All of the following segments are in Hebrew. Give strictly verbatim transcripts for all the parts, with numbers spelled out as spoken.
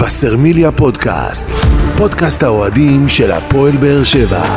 וסרמיליה פודקאסט, פודקאסט האוהדים של הפועל באר שבע.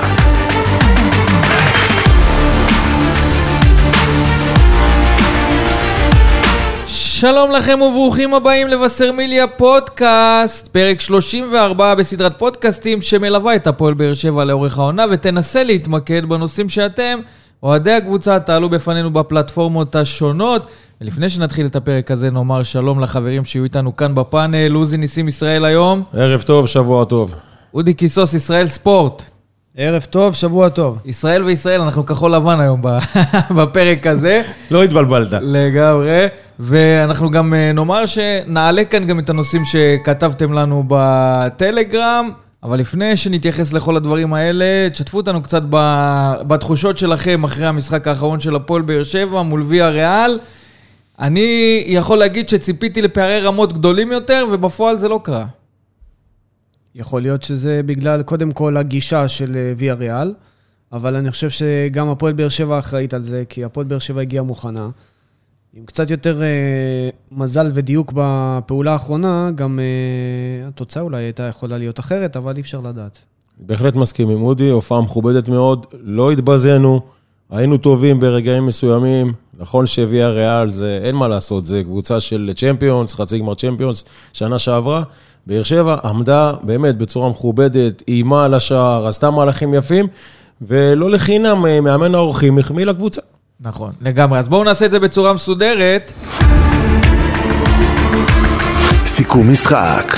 שלום לכם וברוכים הבאים לבשרמיליה פודקאסט, פרק שלושים וארבע בסדרת פודקאסטים שמלווה את הפועל באר שבע לאורך העונה ותנסה להתמקד בנושאים שאתם, אוהדי הקבוצה, תעלו בפנינו בפלטפורמות השונות. ולפני שנתחיל את הפרק הזה נאמר שלום לחברים שיהיו איתנו כאן בפאנל. עוזי ניסים ישראל היום. ערב טוב, שבוע טוב. אודי קיסוס ישראל ספורט. ערב טוב, שבוע טוב. ישראל וישראל, אנחנו כחול לבן היום בפרק הזה. לא התבלבלת. לגמרי. ואנחנו גם נאמר שנעלה כאן גם את הנושאים שכתבתם לנו בטלגרם, אבל לפני שנתייחס לכל הדברים האלה, תשתפו אותנו קצת בתחושות שלכם אחרי המשחק האחרון של הפועל באר שבע מול ויה ריאל. אני יכול להגיד שציפיתי לפערי רמות גדולים יותר, ובפועל זה לא קרה. יכול להיות שזה בגלל קודם כל הגישה של ויה ריאל, אבל אני חושב שגם הפועל באר שבע אחראית על זה, כי הפועל באר שבע הגיעה מוכנה. עם קצת יותר uh, מזל ודיוק בפעולה האחרונה, גם uh, התוצאה אולי הייתה יכולה להיות אחרת, אבל אי אפשר לדעת. בהחלט מסכים עם אודי, הופעה מכובדת מאוד, לא התבזנו, היינו טובים ברגעים מסוימים, נכון שוויה ריאל זה, אין מה לעשות, זה קבוצה של צ'מפיונס, חצי גמר צ'מפיונס, שנה שעברה, באר שבע עמדה באמת בצורה מכובדת, אימה על השער, עשתה מהלכים יפים, ולא לחינם מאמן האורחים החמיא לקבוצה. נכון, לגמרי. אז בואו נעשה את זה בצורה מסודרת. סיכום משחק.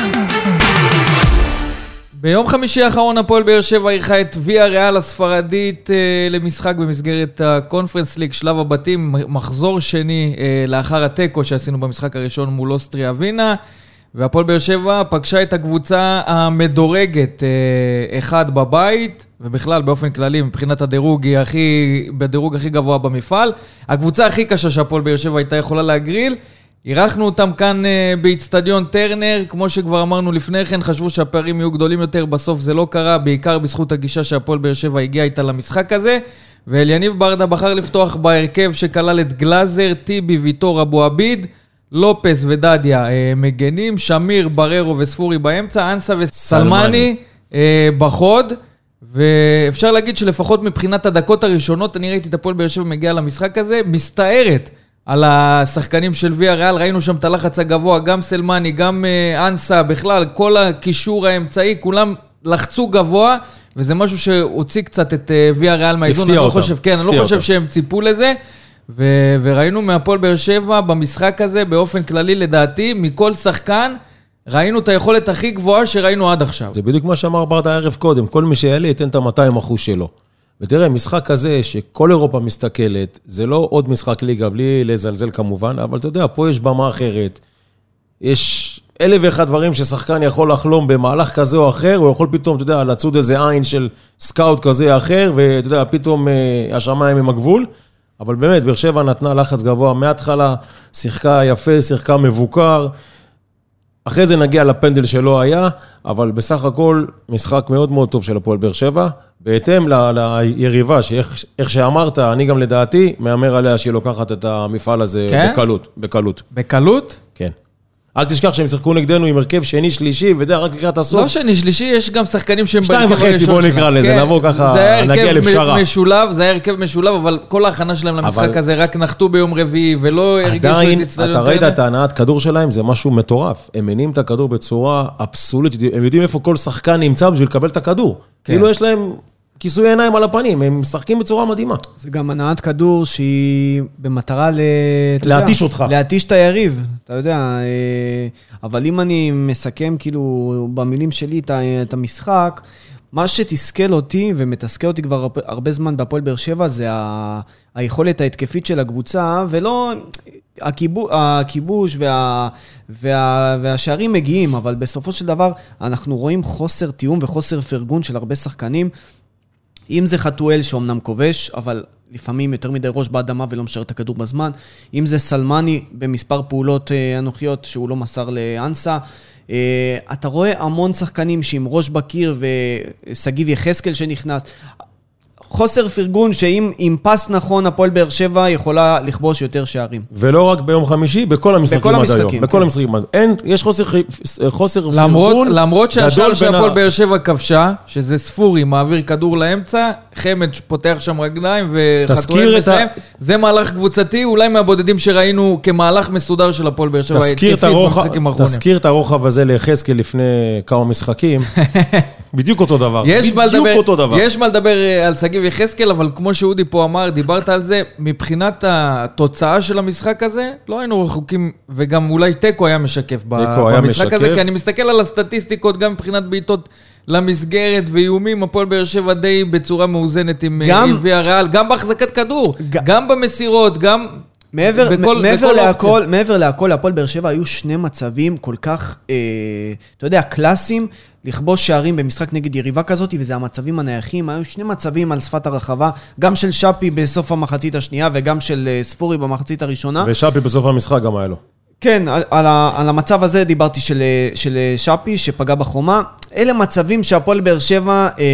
ביום חמישי האחרון הפועל באר שבע אירחה את ויה ריאל הספרדית אה, למשחק במסגרת הקונפרנס ליג שלב הבתים, מחזור שני אה, לאחר הטקו שעשינו במשחק הראשון מול אוסטריה ווינה, והפועל באר שבע פגשה את הקבוצה המדורגת אה, אחד בבית, ובכלל באופן כללי מבחינת הדירוג היא הכי, בדירוג הכי גבוה במפעל. הקבוצה הכי קשה שהפועל באר שבע הייתה יכולה להגריל, אירחנו אותם כאן אה, באצטדיון טרנר, כמו שכבר אמרנו לפני כן, חשבו שהפערים יהיו גדולים יותר, בסוף זה לא קרה, בעיקר בזכות הגישה שהפועל באר שבע הגיעה איתה למשחק הזה, ואליניב ברדה בחר לפתוח בהרכב שכלל את גלאזר, טיבי, ויטור, אבו עביד, לופס ודדיה אה, מגנים, שמיר, בררו וספורי באמצע, אנסה וסלמני אה, בחוד, ואפשר להגיד שלפחות מבחינת הדקות הראשונות, אני ראיתי את הפועל באר שבע מגיע למשחק הזה, מסתערת על השחקנים של ויה ריאל, ראינו שם את הלחץ הגבוה, גם סלמני, גם אה, אנסה, בכלל כל הקישור האמצעי, כולם לחצו גבוה, וזה משהו שהוציא קצת את אה, ויה ריאל מהאיזון, אני לא חושב, כן, אני לא חושב שהם ציפו לזה, ו- וראינו מהפועל באר שבע במשחק הזה, באופן כללי לדעתי, מכל שחקן, ראינו את היכולת הכי גבוהה שראינו עד עכשיו. זה בדיוק מה שאמר ברדה הערב קודם, כל מי שיעלה ייתן את ה-מאתיים אחוז שלו. ותראה, משחק כזה שכל אירופה מסתכלת, זה לא עוד משחק ליגה, בלי לזלזל כמובן, אבל אתה יודע, פה יש במה אחרת, יש אלף ואחד דברים ששחקן יכול לחלום במהלך כזה או אחר, הוא יכול פתאום, אתה יודע, לצוד איזה עין של סקאוט כזה או אחר, ואתה יודע, פתאום השמיים עם הגבול, אבל באמת, באר שבע נתנה לחץ גבוה מההתחלה, שיחקה יפה, שיחקה מבוקר, אחרי זה נגיע לפנדל שלא היה, אבל בסך הכל משחק מאוד מאוד טוב של הפועל באר שבע, בהתאם ל- ליריבה, שאיך שאמרת, אני גם לדעתי, מאמר עליה שהיא לוקחת את המפעל הזה כן? בקלות, בקלות. בקלות? כן. אל תשכח שהם ישחקו נגדנו עם הרכב שני, שלישי, ודע, רק לקראת הסוף. לא שני, שלישי, יש גם שחקנים שהם שתיים וחצי, בואו נקרא לזה, כן, נבוא ככה, נגיע לפשרה. משולב, זה היה הרכב משולב, אבל כל ההכנה שלהם למשחק אבל... הזה רק נחתו ביום רביעי, ולא הרגישו את הצטדיון. אתה ראית את ההנעת כדור שלהם, זה משהו מטורף. הם מניעים את הכדור בצורה אבסולוטית, הם יודעים איפה כל שחקן נמצא בשביל לקבל את הכדור. כן. כאילו יש להם כיסוי עיניים על הפנים, הם משחקים בצורה מדהימה. זה גם הנעת כדור שהיא במטרה ל... להתיש אותך. להתיש את היריב, אתה יודע. אבל אם אני מסכם כאילו במילים שלי את המשחק, מה שתסכל אותי ומתסכל אותי כבר הרבה זמן בהפועל באר שבע, זה ה... היכולת ההתקפית של הקבוצה, ולא הכיבוש, הכיבוש וה... וה... והשערים מגיעים, אבל בסופו של דבר אנחנו רואים חוסר תיאום וחוסר פרגון של הרבה שחקנים, אם זה חתואל שאומנם כובש, אבל לפעמים יותר מדי ראש באדמה ולא משאר את הכדור בזמן, אם זה סלמני במספר פעולות אנוכיות שהוא לא מסר לאנסה, אתה רואה המון שחקנים שעם ראש בקיר וסגיב יחזקאל שנכנס, חוסר פרגון שאם עם פס נכון, הפועל באר שבע יכולה לכבוש יותר שערים. ולא רק ביום חמישי, בכל המשחקים עד היום. כן. בכל המשחקים. אין, יש חוסר, חוסר למרות, פרגון. למרות שהשאר שהפועל באר שבע כבשה, שזה ספורי, מעביר כדור לאמצע, חמד פותח שם רגליים וחתואל מסיים. ה... זה מהלך קבוצתי, אולי מהבודדים שראינו כמהלך מסודר של הפועל באר שבע. תזכיר את הרוחב, תזכיר את הרוחב הזה ליחזקאל לפני כמה משחקים. בדיוק אותו דבר. יש מה לדבר, יש מה לדבר על שגיב יחזקאל, אבל כמו שאודי פה אמר, דיברת על זה, מבחינת התוצאה של המשחק הזה, לא היינו רחוקים, וגם אולי טקו היה משקף במשחק הזה, כי אני מסתכל על הסטטיסטיקות, גם מבחינת בעיטות למסגרת ואיומים, הפועל באר שבע די בצורה מאוזנת עם ויה ריאל, גם בהחזקת כדור, גם במסירות, גם... מעבר, בכל, מעבר, בכל להכל, מעבר להכל, הפועל באר שבע היו שני מצבים כל כך, אה, אתה יודע, קלאסיים, לכבוש שערים במשחק נגד יריבה כזאת, וזה המצבים הנייחים, היו שני מצבים על שפת הרחבה, גם של שפי בסוף המחצית השנייה, וגם של ספורי במחצית הראשונה. ושפי בסוף המשחק גם היה לו. כן, על, על, על המצב הזה דיברתי של, של שפי, שפגע בחומה. אלה מצבים שהפועל באר שבע אה,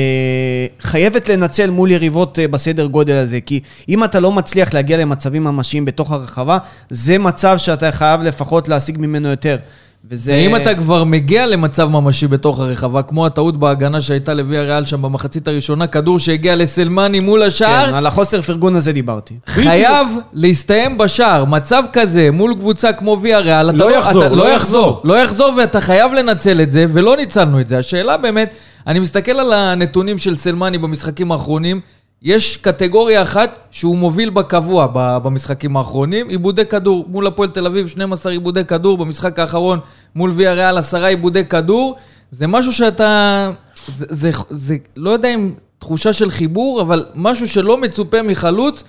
חייבת לנצל מול יריבות אה, בסדר גודל הזה, כי אם אתה לא מצליח להגיע למצבים ממשיים בתוך הרחבה, זה מצב שאתה חייב לפחות להשיג ממנו יותר. וזה... ואם אתה כבר מגיע למצב ממשי בתוך הרחבה, כמו הטעות בהגנה שהייתה לויה ריאל שם במחצית הראשונה, כדור שהגיע לסלמני מול השער. כן, על החוסר פרגון הזה דיברתי. חייב להסתיים בשער. מצב כזה מול קבוצה כמו ויה ריאל, לא, לא יחזור, אתה, לא, לא יחזור. יחזור. לא יחזור ואתה חייב לנצל את זה, ולא ניצלנו את זה. השאלה באמת, אני מסתכל על הנתונים של סלמני במשחקים האחרונים, יש קטגוריה אחת שהוא מוביל בקבוע במשחקים האחרונים, עיבודי כדור מול הפועל תל אביב, שנים עשר עיבודי כדור, במשחק האחרון מול ויה ריאל עשרה עיבודי כדור, זה משהו שאתה, זה, זה, זה לא יודע אם תחושה של חיבור, אבל משהו שלא מצופה מחלוץ,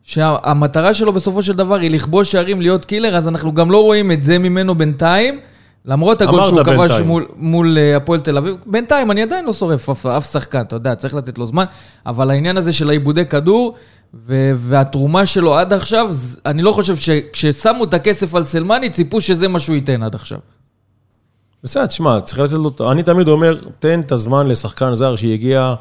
שהמטרה שלו בסופו של דבר היא לכבוש שערים, להיות קילר, אז אנחנו גם לא רואים את זה ממנו בינתיים, למרות הגול שהוא כבש מול, מול הפועל תל אביב, בינתיים אני עדיין לא שורף אף, אף שחקן, אתה יודע, צריך לתת לו זמן, אבל העניין הזה של העיבודי כדור, ו- והתרומה שלו עד עכשיו, אני לא חושב שכששמו את הכסף על סלמני, ציפו שזה מה שהוא ייתן עד עכשיו. בסדר, תשמע, צריך לתת לו, אני תמיד אומר, תן את הזמן לשחקן זר שהגיע,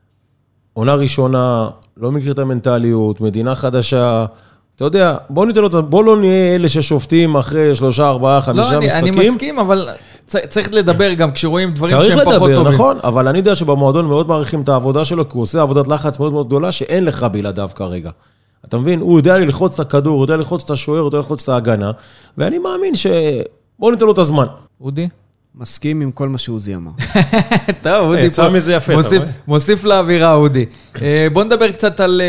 עונה ראשונה, לא מכיר את המנטליות, מדינה חדשה, אתה יודע, בוא ניתן לו, בוא לא נהיה אלה ששופטים אחרי שלושה, ארבעה, חמישה לא, משחקים. אני מסכים, אבל צריך לדבר גם כשרואים דברים שהם פחות טובים. צריך לדבר, נכון, אבל אני יודע שבמועדון מאוד מעריכים את העבודה שלו, כי הוא עושה עבודת לחץ מאוד מאוד גדולה, שאין לך בלעדיו כרגע. אתה מבין? הוא יודע ללחוץ את הכדור, הוא יודע ללחוץ את השוער, הוא יודע ללחוץ את ההגנה, ואני מאמין ש... בוא ניתן לו את הזמן. אודי? מסכים עם כל מה שעוזי אמר. טוב, אודי פה מוסיף לאווירה, אודי. בוא נדבר קצת על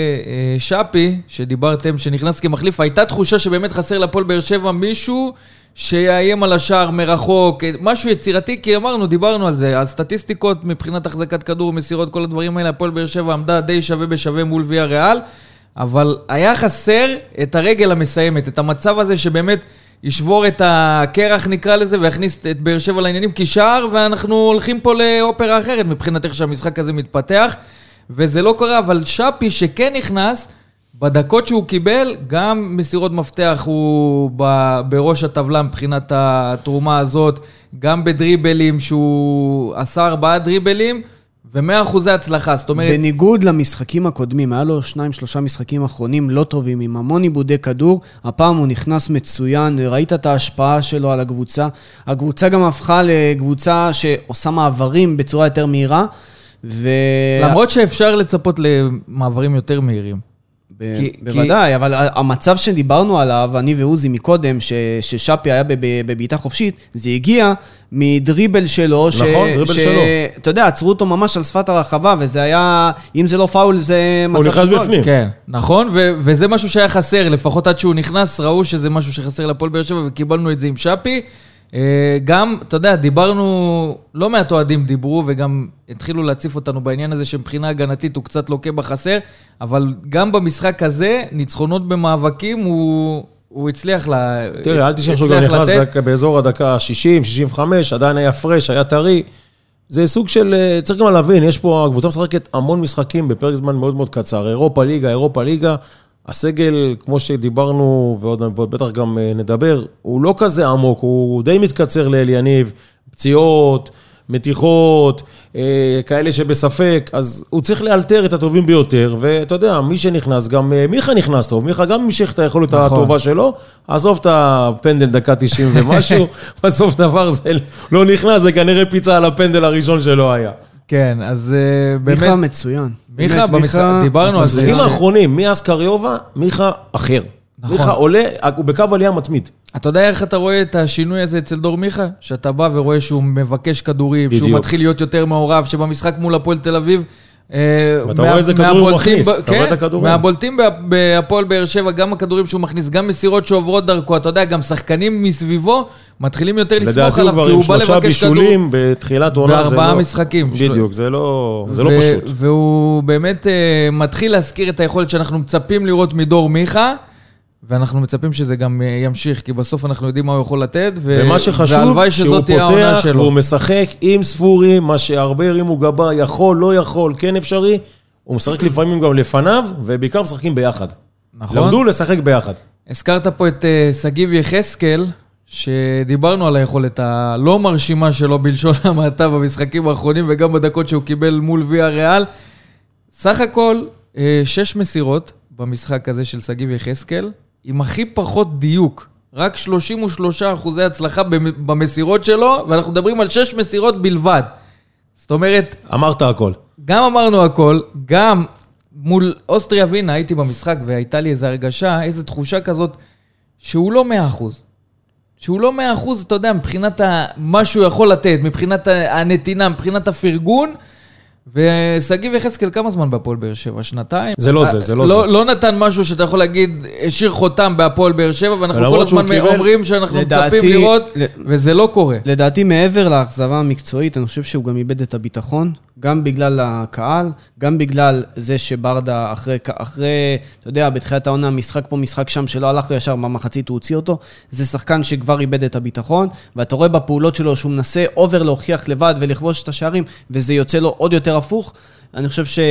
שפי, שדיברתם, שנכנס כמחליף. הייתה תחושה שבאמת חסר לפועל באר שבע מישהו שיאיים על השער מרחוק, משהו יצירתי, כי אמרנו, דיברנו על זה, הסטטיסטיקות מבחינת החזקת כדור, מסירות, כל הדברים האלה, הפועל באר שבע עמדה די שווה בשווה מול ויה ריאל, אבל היה חסר את הרגל המסיימת, את המצב הזה שבאמת ישבור את הקרח נקרא לזה, ויכניס את באר שבע לעניינים כשער, ואנחנו הולכים פה לאופרה אחרת, מבחינת איך שהמשחק הזה מתפתח, וזה לא קורה, אבל שפי שכן נכנס, בדקות שהוא קיבל, גם מסירות מפתח הוא בראש הטבלה מבחינת התרומה הזאת, גם בדריבלים שהוא עשה ארבעה דריבלים, ומאה אחוזי הצלחה, זאת אומרת... בניגוד למשחקים הקודמים, היה לו שניים, שלושה משחקים אחרונים לא טובים, עם המון עיבודי כדור, הפעם הוא נכנס מצוין, ראית את ההשפעה שלו על הקבוצה, הקבוצה גם הפכה לקבוצה שעושה מעברים בצורה יותר מהירה, ו... למרות שאפשר לצפות למעברים יותר מהירים. בוודאי, אבל המצב שדיברנו עליו, אני ועוזי מקודם, ששפי היה בבעיטה חופשית, זה הגיע מדריבל שלו, נכון, דריבל שלו. אתה יודע, עצרו אותו ממש על שפת הרחבה, וזה היה, אם זה לא פאול, זה מצב של גול. הוא נכנס בפנים. כן, נכון, וזה משהו שהיה חסר, לפחות עד שהוא נכנס, ראו שזה משהו שחסר לפועל באר שבע, וקיבלנו את זה עם שפי. גם, אתה יודע, דיברנו, לא מעט אוהדים דיברו, וגם התחילו להציף אותנו בעניין הזה, שמבחינה הגנתית הוא קצת לוקה בחסר, אבל גם במשחק הזה, ניצחונות במאבקים, הוא, הוא הצליח לה... תראה, אל תשכח שהוא גם נכנס באזור הדקה שישים, שישים וחמש, עדיין היה פרש, היה טרי, זה סוג של, צריך גם להבין, יש פה, הקבוצה משחקת המון משחקים בפרק זמן מאוד מאוד קצר, אירופה ליגה, אירופה ליגה, הסגל, כמו שדיברנו, ועוד בטח גם נדבר, הוא לא כזה עמוק, הוא די מתקצר לאל יניב, פציעות, מתיחות, כאלה שבספק, אז הוא צריך לאלתר את הטובים ביותר, ואתה יודע, מי שנכנס, גם מיכה נכנס טוב, מיכה גם המשיך את היכולת הטובה שלו, עזוב את הפנדל דקה תשעים ומשהו, בסוף דבר זה לא נכנס, זה כנראה פיצה על הפנדל הראשון שלו היה. כן, אז באמת... מיכה מצוין. מיכה, במשחק, דיברנו על זה. במשחקים האחרונים, מאז קריובה, מיכה אחר. מיכה עולה, הוא בקו עלייה מתמיד. אתה יודע איך אתה רואה את השינוי הזה אצל דור מיכה? שאתה בא ורואה שהוא מבקש כדורים, שהוא מתחיל להיות יותר מעורב, שבמשחק מול הפועל תל אביב... ואתה רואה איזה כדורים הוא מכניס, אתה רואה את הכדורים. מהבולטים בהפועל באר שבע, גם הכדורים שהוא מכניס, גם מסירות שעוברות דרכו, אתה יודע, גם שחקנים מסביבו, מתחילים יותר לסמוך עליו, כי הוא בא לבקש כדור. לדעתי הוא כבר עם שלושה בישולים בתחילת עונה. בארבעה משחקים. בדיוק, זה לא פשוט. והוא באמת מתחיל להזכיר את היכולת שאנחנו מצפים לראות מדור מיכה, ואנחנו מצפים שזה גם ימשיך, כי בסוף אנחנו יודעים מה הוא יכול לתת, ומה שחשוב, שהוא פותח והוא משחק עם ספורי, מה שהרבה הרימו גבה, יכול, לא יכול, כן אפשרי, הוא משחק לפעמים גם לפניו, ובעיקר משחקים ביחד. נכון. למדו לשחק ביחד. הזכרת פה את סגיב יחזקאל, שדיברנו על היכולת הלא מרשימה שלו בלשון המעטה במשחקים האחרונים, וגם בדקות שהוא קיבל מול ויה ריאל. סך הכל, שש מסירות במשחק הזה של סגיב יחזקאל, עם הכי פחות דיוק, רק שלושים ושלושה אחוזי הצלחה במסירות שלו, ואנחנו מדברים על שש מסירות בלבד. זאת אומרת... אמרת הכל. גם אמרנו הכל, גם מול אוסטריה וינה הייתי במשחק, והייתה לי איזו הרגשה, איזו תחושה כזאת, שהוא לא מאה אחוז. שהוא לא מאה אחוז, אתה יודע, מבחינת מה שהוא יכול לתת, מבחינת הנתינה, מבחינת הפרגון, וסגיב יחזקאל כמה זמן בהפועל באר שבע? שנתיים? זה לא זה, זה לא לא, זה. לא נתן משהו שאתה יכול להגיד, השאיר חותם בהפועל באר שבע, ואנחנו כל הזמן אומרים שאנחנו מצפים לראות, וזה לא קורה. לדעתי, מעבר לאכזבה המקצועית, אני חושב שהוא גם איבד את הביטחון, גם בגלל הקהל, גם בגלל זה שברדה אחרי, אחרי, אתה יודע, בתחילת העונה, משחק פה, משחק שם, שלא הלך לו ישר במחצית, הוא הוציא אותו. זה שחקן שכבר איבד את הביטחון, ואתה רואה בפעולות שלו שהוא מנסה אובר להוכיח לבד ולכבוש את השערים, וזה יוצא לו עוד יותר הפוך. אני חושב ש...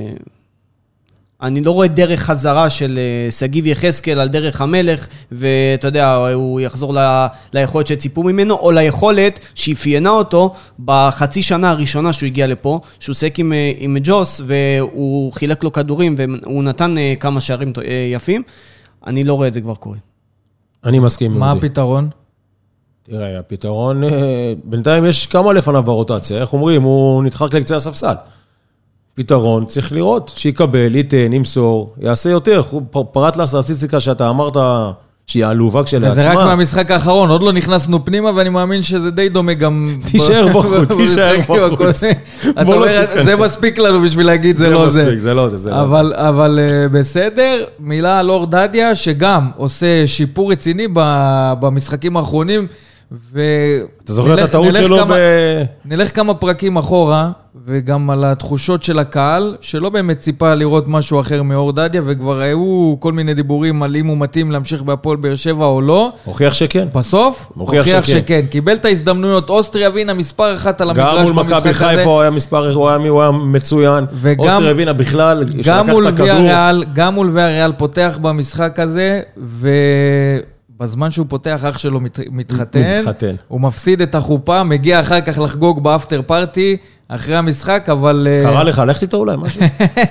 אני לא רואה דרך חזרה של סגיב יחזקאל על דרך המלך, ואתה יודע, הוא יחזור ל... ליכולת שציפו ממנו, או ליכולת שאפיינה אותו בחצי שנה הראשונה שהוא הגיע לפה, שהוא עוסק עם, עם ג'וס, והוא חילק לו כדורים, והוא נתן כמה שערים יפים. אני לא רואה את זה כבר קורה. אני מסכים. מה הפתרון? תראה, הפתרון, בינתיים יש כמה לפניו ברוטציה, איך אומרים, הוא נדחק לקצה הספסל. פתרון, צריך לראות, שיקבל, ייתן, ימסור, יעשה יותר. פרט לסטטיסטיקה שאתה אמרת שהיא העלובה כשלעצמה. זה רק מהמשחק האחרון, עוד לא נכנסנו פנימה, ואני מאמין שזה די דומה גם... תישאר בחוץ, תישאר בחוץ. אתה אומר, זה מספיק לנו בשביל להגיד, זה לא זה. זה מספיק, זה לא זה, זה לא זה. אבל בסדר, מילה על אור דדיה, שגם עושה שיפור רציני במשחקים האחרונים, אתה זוכר את הטעות שלו ב... נלך כמה פרקים אחורה, וגם על התחושות של הקהל, שלא באמת ציפה לראות משהו אחר מאור דדיה, וכבר היו כל מיני דיבורים על אם הוא מתאים להמשיך בהפועל באר שבע או לא. הוכיח שכן. בסוף, הוכיח שכן. שכן. קיבל את ההזדמנויות, אוסטריה וינה מספר אחת על המגרש במשחק הזה. גם מול מכבי חיפה הוא היה מספר, הוא היה מצוין. אוסטריה וינה בכלל, גם מול ויה ריאל, גם מול ויה ריאל פותח במשחק הזה, ו... בזמן שהוא פותח, אח שלו מתחתן, מתחתן. הוא מפסיד את החופה, מגיע אחר כך לחגוג באפטר פארטי, אחרי המשחק, אבל... קרא לך, לך איתו אולי משהו?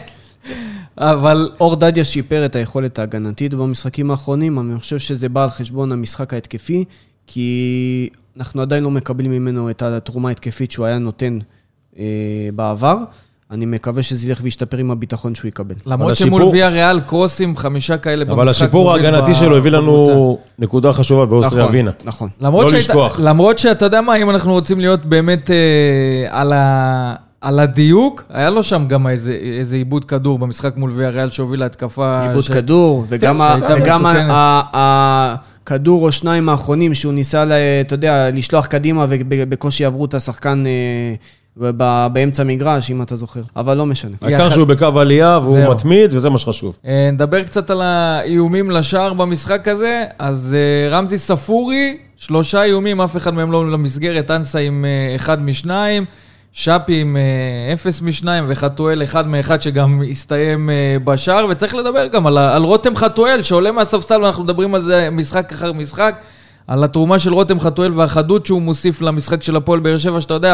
אבל... אור דדיה שיפר את היכולת ההגנתית במשחקים האחרונים, אני חושב שזה בא על חשבון המשחק ההתקפי, כי אנחנו עדיין לא מקבלים ממנו את התרומה ההתקפית שהוא היה נותן אה, בעבר, אני מקווה שזה ילך וישתפר עם הביטחון שהוא יקבל. למרות שמול ויה ריאל קרוסים חמישה כאלה במשחק. אבל השיפור ההגנתי שלו הביא לנו נקודה חשובה באוסטריה וינה. נכון. לא לשכוח. למרות שאתה יודע מה, אם אנחנו רוצים להיות באמת על הדיוק, היה לו שם גם איזה עיבוד כדור במשחק מול ויה ריאל שהוביל להתקפה. עיבוד כדור, וגם הכדור או שניים האחרונים שהוא ניסה, אתה יודע, לשלוח קדימה ובקושי עברו את השחקן באמצע מגרש, אם אתה זוכר. אבל לא משנה. העיקר שהוא בקו עלייה, והוא מתמיד, וזה מה שחשוב. נדבר קצת על האיומים לשער במשחק הזה. אז רמזי ספורי, שלושה איומים, אף אחד מהם לא למסגרת, אנסה עם אחד משניים, שפי עם אפס משניים, וחתואל אחד מאחד שגם הסתיים בשער, וצריך לדבר גם על, על רותם חתואל, שעולה מהספסל, ואנחנו מדברים על זה משחק אחר משחק, על התרומה של רותם חתואל והחדות שהוא מוסיף למשחק של הפועל באר שבע, שאתה יודע,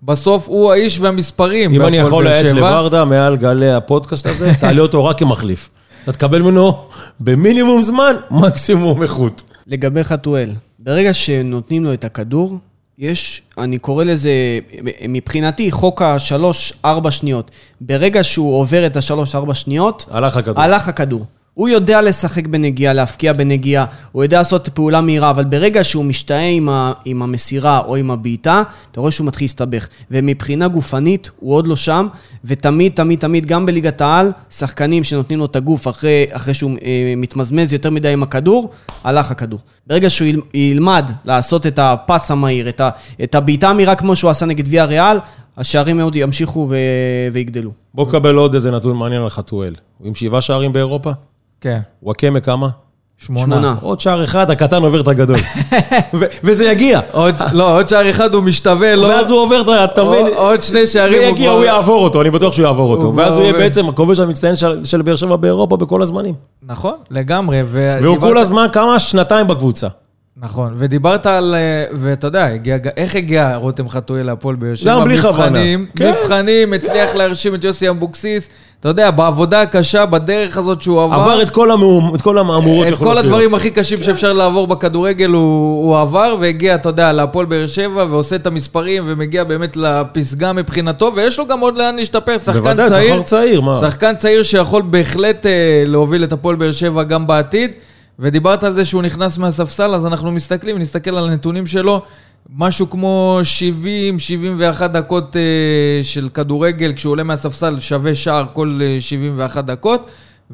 בסוף הוא האיש והמספרים. אם אני יכול להעץ לברדה מעל גלי הפודקאסט הזה, תעלה אותו רק כמחליף. אתה תקבל ממנו במינימום זמן, מקסימום איכות. לגבי חתואל, ברגע שנותנים לו את הכדור, יש, אני קורא לזה, מבחינתי, חוק השלוש, ארבע שניות. ברגע שהוא עובר את השלוש, ארבע שניות, הלך הכדור. הלך הכדור. הוא יודע לשחק בנגיעה, להפקיע בנגיעה, הוא יודע לעשות פעולה מהירה, אבל ברגע שהוא משתאה עם, ה, עם המסירה או עם הבעיטה, אתה רואה שהוא מתחיל להסתבך. ומבחינה גופנית, הוא עוד לא שם, ותמיד, תמיד, תמיד, גם בליגת העל, שחקנים שנותנים לו את הגוף אחרי, אחרי שהוא אה, מתמזמז יותר מדי עם הכדור, הלך הכדור. ברגע שהוא יל, ילמד לעשות את הפס המהיר, את, ה, את הבעיטה המהירה כמו שהוא עשה נגד ויה ריאל, השערים מאוד ימשיכו ו, ויגדלו. בוא קבל עוד איזה נתון מעניין על חתואל. הוא עם שבעה שערים באירופה? כן. וואקמה כמה? שמונה. שמונה. עוד שער אחד, הקטן עובר את הגדול. ו- וזה יגיע. עוד, לא, עוד שער אחד הוא משתווה, לא... ואז הוא עובר, אתה מבין? עוד שני שערים הוא ויגיע, כבר... הוא יעבור אותו, אני בטוח שהוא יעבור אותו. הוא ואז הוא יהיה עובר. בעצם הכובש המצטיין של, של באר שבע באירופה בכל הזמנים. נכון, לגמרי. והוא כל הזמן כמה שנתיים בקבוצה. נכון, ודיברת על, ואתה יודע, הגיע, איך הגיע רותם חתואל להפועל באר שבע? גם בלי כוונה. מבחנים, מבחנים, הצליח להרשים את יוסי אבוקסיס, אתה יודע, בעבודה הקשה, בדרך הזאת שהוא עבר. עבר את כל, המאומ, את כל המאמורות את כל הדברים הכי קשים שאפשר לעבור בכדורגל הוא, הוא עבר, והגיע, אתה יודע, להפועל באר שבע, ועושה את המספרים, ומגיע באמת לפסגה מבחינתו, ויש לו גם עוד לאן להשתפר, שחקן בוודאי, צעיר. שחקן צעיר, מה? שחקן צעיר שיכול בהחלט אה, להוביל את הפועל באר שבע גם בעתיד, ודיברת על זה שהוא נכנס מהספסל, אז אנחנו מסתכלים, נסתכל על הנתונים שלו, משהו כמו שבעים שבעים ואחת דקות uh, של כדורגל, כשהוא עולה מהספסל שווה שער כל uh, שבעים ואחת דקות,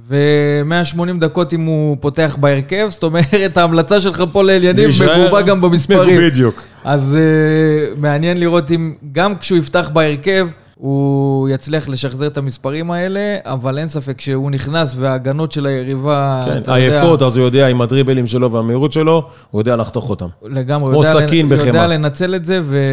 ו-מאה ושמונים דקות אם הוא פותח בהרכב, זאת אומרת, ההמלצה שלך פה לעניינים מגובה גם במספרים. בדיוק. אז uh, מעניין לראות אם גם כשהוא יפתח בהרכב, הוא יצליח לשחזר את המספרים האלה, אבל אין ספק שהוא נכנס וההגנות של היריבה... כן, עייפות, אז הוא יודע עם הדריבלים שלו והמהירות שלו, הוא יודע לחתוך אותם. לגמרי, כמו יודע, סכין בחמה. יודע לנצל את זה, ו...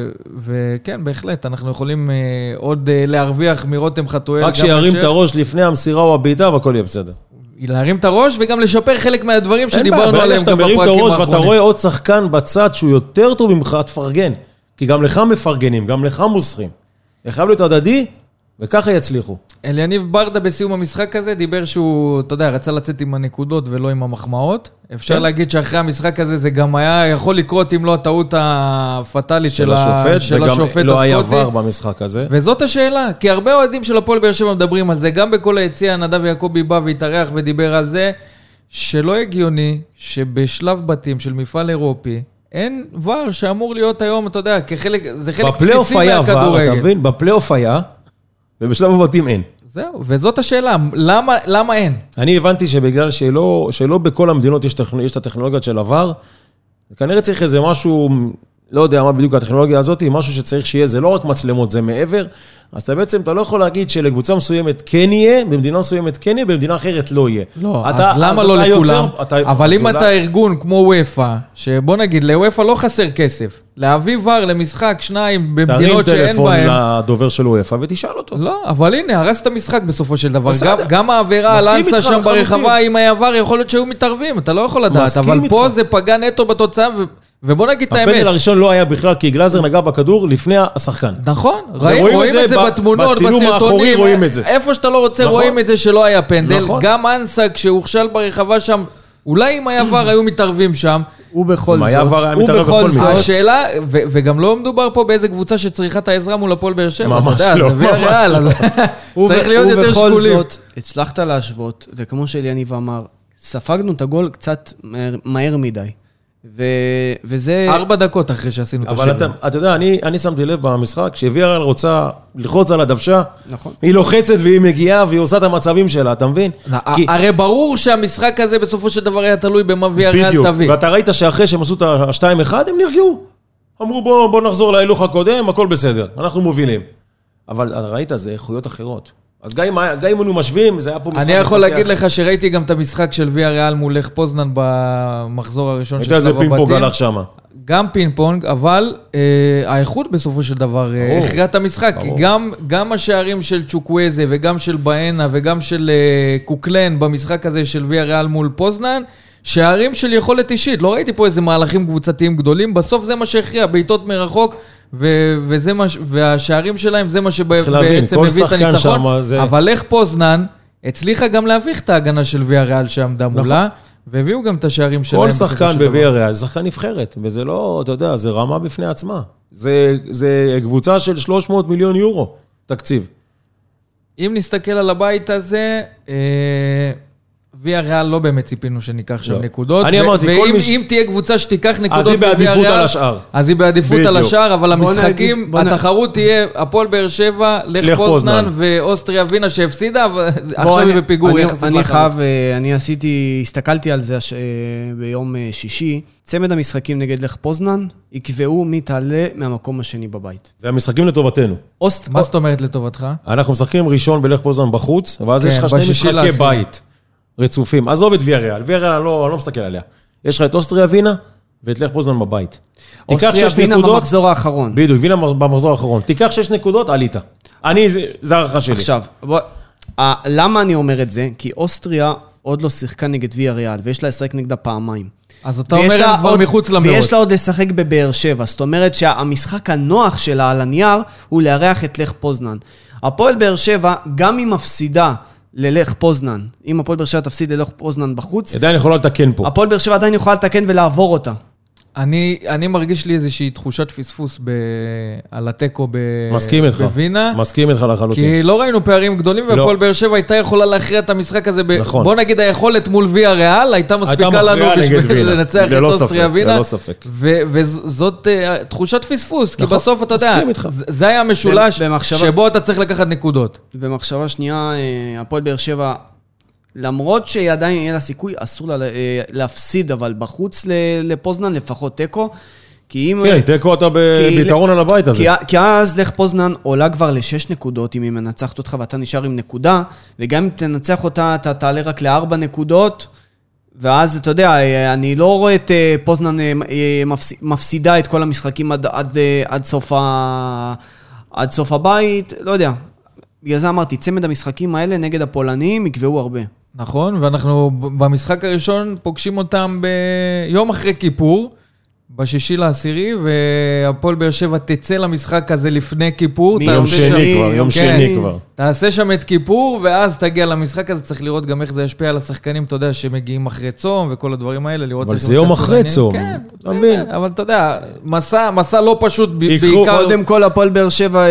וכן, בהחלט, אנחנו יכולים uh, עוד uh, להרוויח מרותם חתואל. רק שירים את הראש לפני המסירה או הבעיטה, והכל יהיה בסדר. להרים את הראש וגם לשפר חלק מהדברים שדיברנו עליהם גם בפרקים האחרונים. ברגע שאתה מרים את הראש ואתה רואה עוד שחקן בצד שהוא יותר טוב ממך, תפרגן. כי גם לך מפרגנים, גם לך מוסרים. יחייב להיות הדדי, וככה יצליחו. אליניב ברדה בסיום המשחק הזה דיבר שהוא, אתה יודע, רצה לצאת עם הנקודות ולא עם המחמאות. אפשר כן. להגיד שאחרי המשחק הזה זה גם היה יכול לקרות אם לא הטעות הפטלית של, של השופט, של השופט הסקוטי. וגם לא היה עבר במשחק הזה. וזאת השאלה, כי הרבה אוהדים של הפועל באר שבע מדברים על זה, גם בכל היציאה נדב יעקבי בא והתארח ודיבר על זה, שלא הגיוני שבשלב בתים של מפעל אירופי, אין ור שאמור להיות היום, אתה יודע, כחלק, זה חלק בסיסי מהכדורגל. אתה מבין? בפלייאוף היה, ובשלב הבתים אין. זהו, וזאת השאלה, למה, למה אין? אני הבנתי שבגלל שלא, שלא בכל המדינות יש, טכנולוג, יש את הטכנולוגיה של עבר, כנראה צריך איזה משהו, לא יודע מה בדיוק הטכנולוגיה הזאת, משהו שצריך שיהיה, זה לא רק מצלמות, זה מעבר, אז אתה בעצם, אתה לא יכול להגיד שלקבוצה מסוימת כן יהיה, במדינה מסוימת כן יהיה, במדינה אחרת לא יהיה. לא, אתה, אז למה אז לא לכולם? יוצר, אתה, אבל אם אולי... אתה ארגון כמו וופא, שבוא נגיד, לוופא לא חסר כסף, להביא ור למשחק שניים במדינות שאין בהם. תרים טלפון לדובר של וופא ותשאל אותו. לא, אבל הנה, הרס את המשחק בסופו של דבר. גם, גם העבירה על אנסה שם ברחבה, אם היה ור, יכול להיות שהיו מתערבים, אתה לא יכול לדעת, אבל איתך. פה זה פגע נטו בתוצאה, ו... ובוא נגיד את האמת. הפנדל הראשון לא היה בכלל, כי גלאזר נגע בכדור לפני השחקן. נכון, רואים את זה בתמונות, בסרטונים, איפה שאתה לא רוצה רואים את זה שלא היה פנדל. גם אנסה, כשהוכשל ברחבה שם, אולי אם היה ור היו מתערבים שם. ובכל זאת, השאלה, וגם לא מדובר פה באיזה קבוצה שצריכה את העזרה מול הפועל באר שבע. ממש לא, ממש לא. צריך להיות יותר שקולים. ובכל זאת, הצלחת להשוות, וכמו שאליניב אמר, ספגנו את הגול קצת מהר מדי. ו- וזה... ארבע דקות אחרי שעשינו את השם. אבל אתה, אתה יודע, אני, אני שמתי לב במשחק, שהוויארל רוצה ללחוץ על הדוושה, נכון. היא לוחצת והיא מגיעה והיא עושה את המצבים שלה, אתה מבין? כי... הרי ברור שהמשחק הזה בסופו של דבר היה תלוי במה ויארל תביא. בדיוק, ואתה ראית שאחרי שהם עשו את ה-שתיים אחד, הם נרגעו. אמרו בוא, בוא נחזור להילוך הקודם, הכל בסדר, אנחנו מובילים. אבל ראית, זה איכויות אחרות. אז גם אם אנו משווים, זה היה פה משחק... אני יכול להגיד לך שראיתי גם את המשחק של ויה ריאל מול לך פוזנן במחזור הראשון של שלב הבתים. הייתה איזה פינג פונג הלך שמה. גם פינג פונג, אבל אה, האיכות בסופו של דבר הכריעה את המשחק. כי גם, גם השערים של צ'וקוויזה וגם של באנה וגם של אה, קוקלן במשחק הזה של ויה ריאל מול פוזנן, שערים של יכולת אישית. לא ראיתי פה איזה מהלכים קבוצתיים גדולים, בסוף זה מה שהכריע, בעיטות מרחוק, וזה מה, והשערים שלהם זה מה שבעצם מביא את הניצחון. אבל לך פוזנן הצליחה גם להביך את ההגנה של ויה ריאל שעמדה מולה, והביאו גם את השערים שלהם. כל שחקן בוויה ריאל, זה שחקן נבחרת, וזה לא, אתה יודע, זה רמה בפני עצמה. זה, זה קבוצה של שלוש מאות מיליון יורו, תקציב. אם נסתכל על הבית הזה, ויה ריאל לא באמת ציפינו שניקח שם נקודות. אני אמרתי, כל מי... ואם תהיה קבוצה שתיקח נקודות... אז היא בעדיפות על השאר. אז היא בעדיפות על השאר, אבל המשחקים, התחרות תהיה הפועל באר שבע, לך פוזנן ואוסטריה ווינה שהפסידה, עכשיו היא בפיגור יחסית לחרות. אני חייב, אני עשיתי, הסתכלתי על זה ביום שישי, צמד המשחקים נגד לך פוזנן, יקבעו מי תעלה מהמקום השני בבית. והמשחקים לטובתנו. מה זאת אומרת לטובתך? אנחנו משחקים ראשון בלך פוזנן בחוץ, ואז יש לך שני משחקי בית. רצופים. עזוב את ויה ריאל. ויה ריאל, אני לא, לא מסתכל עליה. יש לך את אוסטריה ווינה, ואת לך פוזנן בבית. אוסטריה ווינה במחזור האחרון. בדיוק, ווינה במחזור האחרון. תיקח שש נקודות, עלית. אני, זה הערכה שלי. עכשיו, בוא, למה אני אומר את זה? כי אוסטריה עוד לא שיחקה נגד ויה ריאל, ויש לה לשחק נגדה פעמיים. אז אתה אומר הם כבר מחוץ למרות. ויש לה עוד לשחק בבאר שבע. זאת אומרת שהמשחק הנוח שלה על הנייר, הוא לארח את לך פוזנן. הפועל באר שבע, גם אם מפסידה ללך פוזנן. אם הפועל באר שבע תפסיד ללך פוזנן בחוץ, עדיין יכולה לתקן פה. הפועל באר שבע עדיין יכולה לתקן ולעבור אותה. אני, אני מרגיש לי איזושהי תחושת פספוס ב... על הטקו ב... מסכים איתך. בווינה. מסכים איתך לחלוטין. כי לא ראינו פערים גדולים, והפועל באר שבע הייתה יכולה להכריע את המשחק הזה. ב... נכון. בוא נגיד, היכולת מול ויה ריאל, הייתה מספיקה לנו בשביל לנצח את אוסטריה ווינה. ללא ספק. ו... וזאת uh, תחושת פספוס, נכון. כי בסוף אתה יודע, זה היה משולש במחשבה... שבו אתה צריך לקחת נקודות. במחשבה שנייה, הפועל באר שבע למרות שעדיין יהיה לה סיכוי, אסור לה להפסיד, אבל בחוץ לפוזנן, לפחות טקו. כן, טקו אתה ביתרון על הבית הזה. כי אז לך פוזנן עולה כבר לשש נקודות, אם היא מנצחת אותך ואתה נשאר עם נקודה, וגם אם תנצח אותה, אתה תעלה רק לארבע נקודות, ואז אתה יודע, אני לא רואה את פוזנן מפסידה את כל המשחקים עד, עד, עד, סוף, ה, עד סוף הבית, לא יודע. בגלל זה אמרתי, צמד המשחקים האלה נגד הפולנים יקבעו הרבה. נכון, ואנחנו במשחק הראשון פוגשים אותם ביום אחרי כיפור, בשישי לעשירי, והפועל באר שבע תצא למשחק הזה לפני כיפור. יום שני כבר, יום שני כבר. תעשה שם את כיפור, ואז תגיע למשחק הזה, צריך לראות גם איך זה ישפיע על השחקנים, אתה יודע, שמגיעים אחרי צום, וכל הדברים האלה, לראות... אבל זה יום אחרי צום. כן, אבל אתה יודע, מסע לא פשוט, בעיקר... קודם כל, הפועל באר שבע,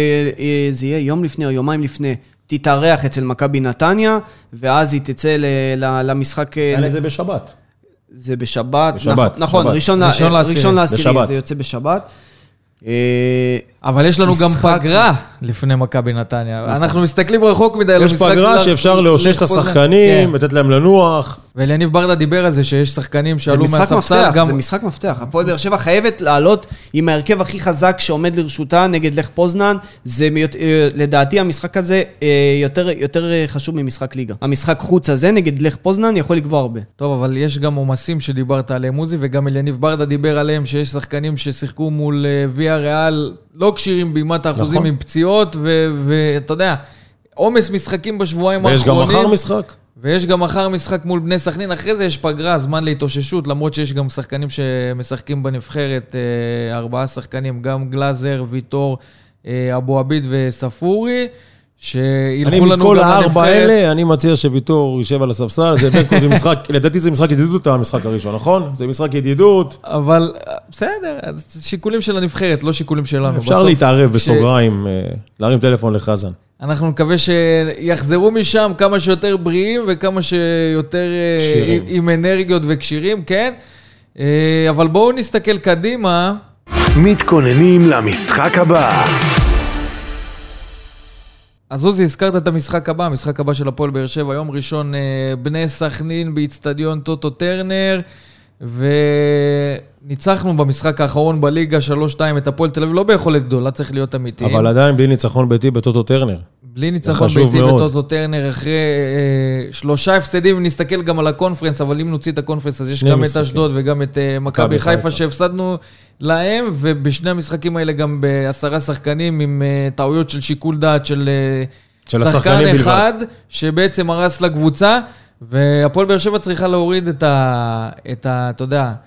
זה יהיה יום לפני או יומיים לפני, תתארח אצל מכבי נתניה, ואז היא תצא למשחק... זה בשבת. זה בשבת, בשבת, נכון, בשבת. ראשון, ראשון לעשירי, ראשון לעשירי, בשבת. זה יוצא בשבת. אבל יש לנו משחק... גם פגרה לפני מכבי נתניה. נכון. אנחנו מסתכלים רחוק מדי. יש פגרה שאפשר להושש את השחקנים, כן. לתת להם לנוח. ואליניב ברדה דיבר על זה שיש שחקנים שעלו מהספסל. גם... זה משחק מפתח. הפועל באר שבע חייבת לעלות עם ההרכב הכי חזק שעומד לרשותה נגד לך פוזנן. זה לדעתי המשחק הזה יותר, יותר חשוב ממשחק ליגה. המשחק חוץ הזה נגד לך פוזנן יכול לקבוע הרבה. טוב, אבל יש גם עומסים שדיברת עליהם מוזי, וגם אליניב ברדה דיבר עליהם שיש שחקנים ששיחקו מול ויה ריאל לא קשירים בימת האחוזים נכון. עם פציעות, ואתה יודע, עומס משחקים בשבועיים ויש האחרונים. ויש גם מחר משחק. ויש גם מחר משחק מול בני סכנין, אחרי זה יש פגרה, זמן להתאוששות, למרות שיש גם שחקנים שמשחקים בנבחרת, ארבעה שחקנים, גם גלאזר, ויטור, אבו עביד וספורי, שילכו לנו גם לנבחרת. אני מכל הארבע האלה, אני מציע שוויטור יישב על הספסל, זה בין זה משחק, לדעתי זה משחק ידידות המשחק הראשון, נכון? זה משחק ידידות. אבל בסדר, שיקולים של הנבחרת, לא שיקולים שלנו. אפשר להתערב בסוגריים, להרים טלפון לחזן. אנחנו מקווה שיחזרו משם כמה שיותר בריאים וכמה שיותר עם אנרגיות וקשירים, כן? אבל בואו נסתכל קדימה. מתכוננים למשחק הבא. אז עוזי, הזכרת את המשחק הבא, המשחק הבא של הפועל באר שבע, יום ראשון בני סכנין באצטדיון טוטו טרנר, וניצחנו במשחק האחרון בליגה שלוש שתיים את הפועל תל אביב, לא ביכולת גדולה, צריך להיות אמיתיים. אבל עדיין בלי ניצחון ביתי בטוטו טרנר. בלי ניצחון ביתי בטוטו טרנר, אחרי אה, שלושה הפסדים, נסתכל גם על הקונפרנס, אבל אם נוציא את הקונפרנס, אז יש גם משחקים. את אשדוד וגם את אה, מכבי חיפה שהפסדנו להם, ובשני המשחקים האלה גם בעשרה שחקנים עם אה, טעויות של שיקול דעת של, אה, של שחקן אחד, בלבד. שבעצם הרס לקבוצה, והפועל באר שבע צריכה להוריד את ה... את ה אתה יודע,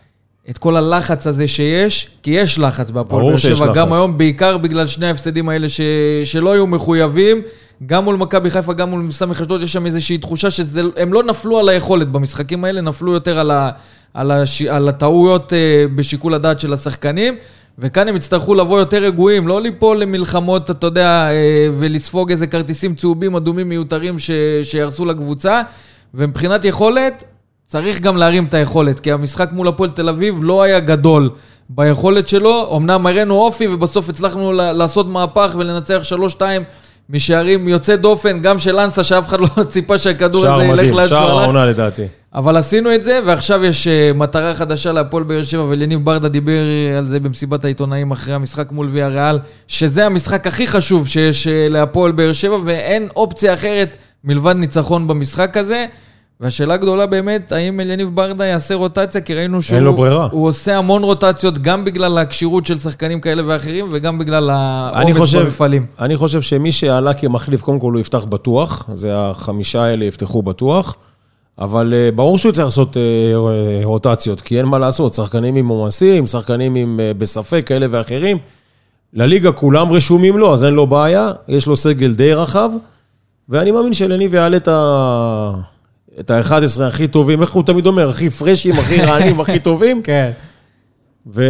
את כל הלחץ הזה שיש, כי יש לחץ בהפועל באר שבע, גם היום, בעיקר בגלל שני ההפסדים האלה ש... שלא היו מחויבים, גם מול מכבי חיפה, גם מול סמך אשדוד, יש שם איזושהי תחושה שהם לא נפלו על היכולת במשחקים האלה, נפלו יותר על, ה... על, הש... על הטעויות בשיקול הדעת של השחקנים, וכאן הם יצטרכו לבוא יותר רגועים, לא ליפול למלחמות, אתה יודע, ולספוג איזה כרטיסים צהובים, אדומים מיותרים ש... שירסו לקבוצה, ומבחינת יכולת, צריך גם להרים את היכולת, כי המשחק מול הפועל תל אביב לא היה גדול ביכולת שלו, אמנם הראינו אופי, ובסוף הצלחנו לעשות מהפך ולנצח שלוש שתיים משערים יוצא דופן, גם של אנסה, שאף אחד לא ציפה שהכדור הזה ילך לאן שהוא הלך. שער העונה לדעתי. אבל עשינו את זה, ועכשיו יש מטרה חדשה להפועל באר שבע, ולניב ברדה דיבר על זה במסיבת העיתונאים אחרי המשחק מול ויה ריאל, שזה המשחק הכי חשוב שיש להפועל באר שבע, ואין אופציה אחרת מלבד ניצחון במשחק הזה. והשאלה הגדולה באמת, האם אליניב ברדה יעשה רוטציה, כי ראינו שהוא עושה המון רוטציות, גם בגלל הקשירות של שחקנים כאלה ואחרים, וגם בגלל העומס במפעלים. אני חושב שמי שעלה כמחליף, קודם כל הוא יפתח בטוח, זה החמישה האלה יפתחו בטוח, אבל ברור שהוא צריך לעשות רוטציות, כי אין מה לעשות, שחקנים עם עומסים, שחקנים עם בספק כאלה ואחרים, לליגה כולם רשומים לו, אז אין לו בעיה, יש לו סגל די רחב, ואני מאמין שאליניב יעלה את ה... את ה-אחד עשר הכי טובים, איך הוא תמיד אומר, הכי פרשים, הכי רענים, הכי טובים. כן. ו...